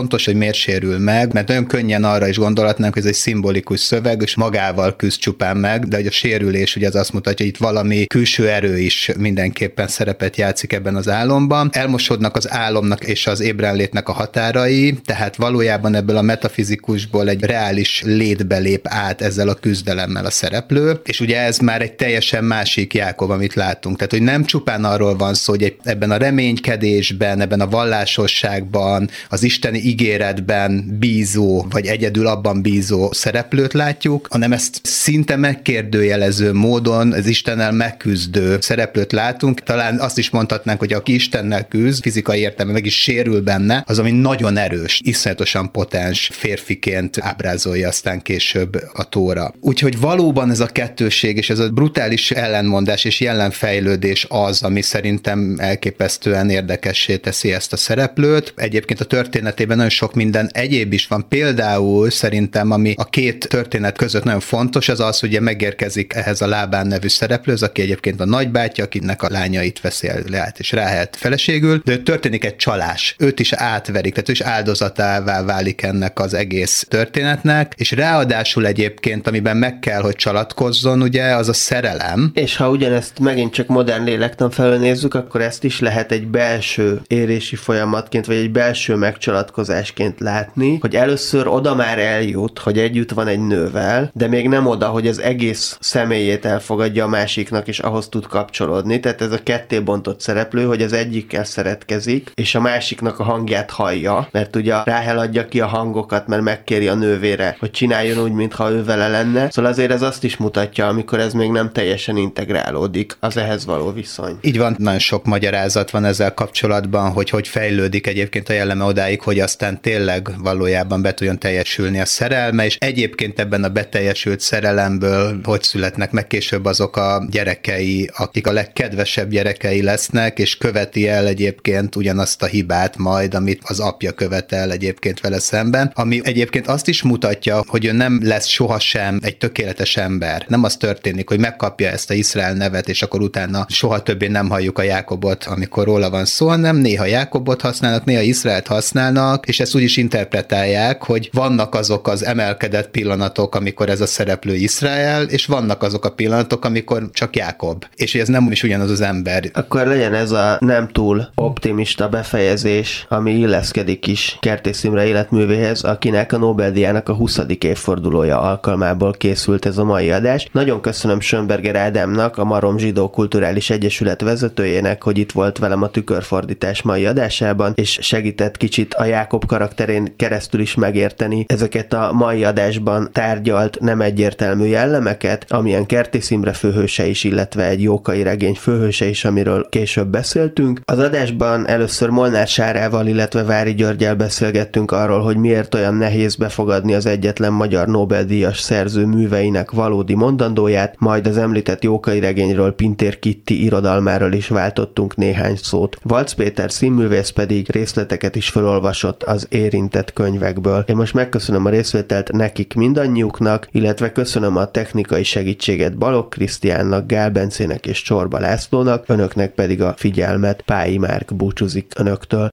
fontos, hogy miért sérül meg, mert nagyon könnyen arra is gondolhatnánk, hogy ez egy szimbolikus szöveg, és magával küzd csupán meg, de hogy a sérülés ugye az azt mutatja, hogy itt valami külső erő is mindenképpen szerepet játszik ebben az álomban. Elmosodnak az álomnak és az ébrenlétnek a határai, tehát valójában ebből a metafizikusból egy reális létbe lép át ezzel a küzdelemmel a szereplő, és ugye ez már egy teljesen másik Jákob, amit látunk. Tehát, hogy nem csupán arról van szó, hogy ebben a reménykedésben, ebben a vallásosságban, az isteni ígéretben bízó, vagy egyedül abban bízó szereplőt látjuk, hanem ezt szinte megkérdőjelező módon az Istennel megküzdő szereplőt látunk. Talán azt is mondhatnánk, hogy aki Istennel küzd, fizikai értelemben meg is sérül benne, az, ami nagyon erős, iszonyatosan potens férfiként ábrázolja aztán később a Tóra. Úgyhogy valóban ez a kettőség és ez a brutális ellenmondás és jelenfejlődés az, ami szerintem elképesztően érdekessé teszi ezt a szereplőt. Egyébként a történetében nagyon sok minden egyéb is van. Például szerintem, ami a két történet között nagyon fontos, az az, hogy megérkezik ehhez a Lábán nevű szereplő, aki egyébként a nagybátyja, akinek a lányait veszi el Leát és Ráhelt feleségül, de történik egy csalás. Őt is átverik, tehát ő is áldozatává válik ennek az egész történetnek, és ráadásul egyébként, amiben meg kell, hogy csalatkozzon, ugye, az a szerelem. És ha ugyanezt megint csak modern lélektan felől nézzük, akkor ezt is lehet egy belső érési folyamatként, vagy egy belső megcsalatkozásként látni, hogy először oda már eljut, hogy együtt van egy nővel, de még nem oda, hogy az egész személyét elfogadja a másiknak, és ahhoz tud kapcsolódni. Tehát ez a kettébontott szereplő, hogy az egyikkel szeretkezik, és a másiknak a hangját hallja, mert ugye Ráhel adja ki a hangokat, mert megkéri a nővére, hogy csináljon úgy, mintha ő vele lenne. Szóval azért ez azt is mutatja, amikor ez még nem teljesen integrálódik, az ehhez való viszony. Így van, nagyon sok magyarázat van ezzel kapcsolatban, hogy fejlődik egyébként a jelleme odáig, hogy aztán tényleg valójában be tudjon teljesülni a szerelme, és egyébként ebben a beteljesült szerelemből hogy születnek meg később azok a gyerekei, akik a legkedvesebb gyerekei lesznek, és követi el egyébként ugyanazt a hibát majd, amit az apja követel egyébként vele szemben, ami egyébként azt is mutatja, hogy ő nem lesz sohasem egy tökéletes ember. Nem az történik, hogy megkapja ezt a Izrael nevet, és akkor utána soha többé nem halljuk a Jákobot, amikor róla van szó, hanem néha Jákobot használnak, néha Izraelt használnak, és ezt úgy is interpretálják, hogy vannak azok az emelkedett pillanatok, amikor ez a szereplő Izrael, és vannak azok a pillanatok, amikor csak Jákob. És hogy ez nem is ugyanaz az ember. Akkor legyen ez a nem túl optimista befejezés, ami illeszkedik is Kertész Imre életművéhez, akinek a Nobel-díjának a 20. évfordulója alkalmából készült ez a mai adás. Nagyon köszönöm Schönberger Ádámnak, a Marom Zsidó Kulturális Egyesület vezetőjének, hogy itt volt velem a Tükörfordítás mai adásában, és segített kicsit a Jákob karakterén keresztül is megérteni ezeket a mai adásban tárgyalt nem egyértelmű jellemeket, amilyen Kertész Imre főhőse is, illetve egy Jókai regény főhőse is, amiről később beszéltünk. Az adásban először Molnár Sárával, illetve Vári Györggyel beszélgettünk arról, hogy miért olyan nehéz befogadni az egyetlen magyar Nobel-díjas szerző műveinek valódi mondandóját, majd az említett Jókai regényről, Pintér Kitti irodalmáról is váltottunk néhány szót. Valc Péter színművész pedig részleteket is felolvasott az érintett könyvekből. Én most megköszönöm a részvételt nekik mindannyiuknak, illetve köszönöm a technikai segítséget Balogh Krisztiánnak, Gál Bencének és Csorba Lászlónak, önöknek pedig a figyelmet. Pályi Márk búcsúzik önöktől.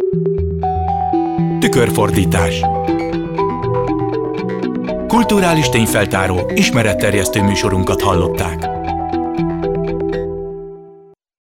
Tükörfordítás. Kulturális tényfeltáró, ismeretterjesztő műsorunkat hallották.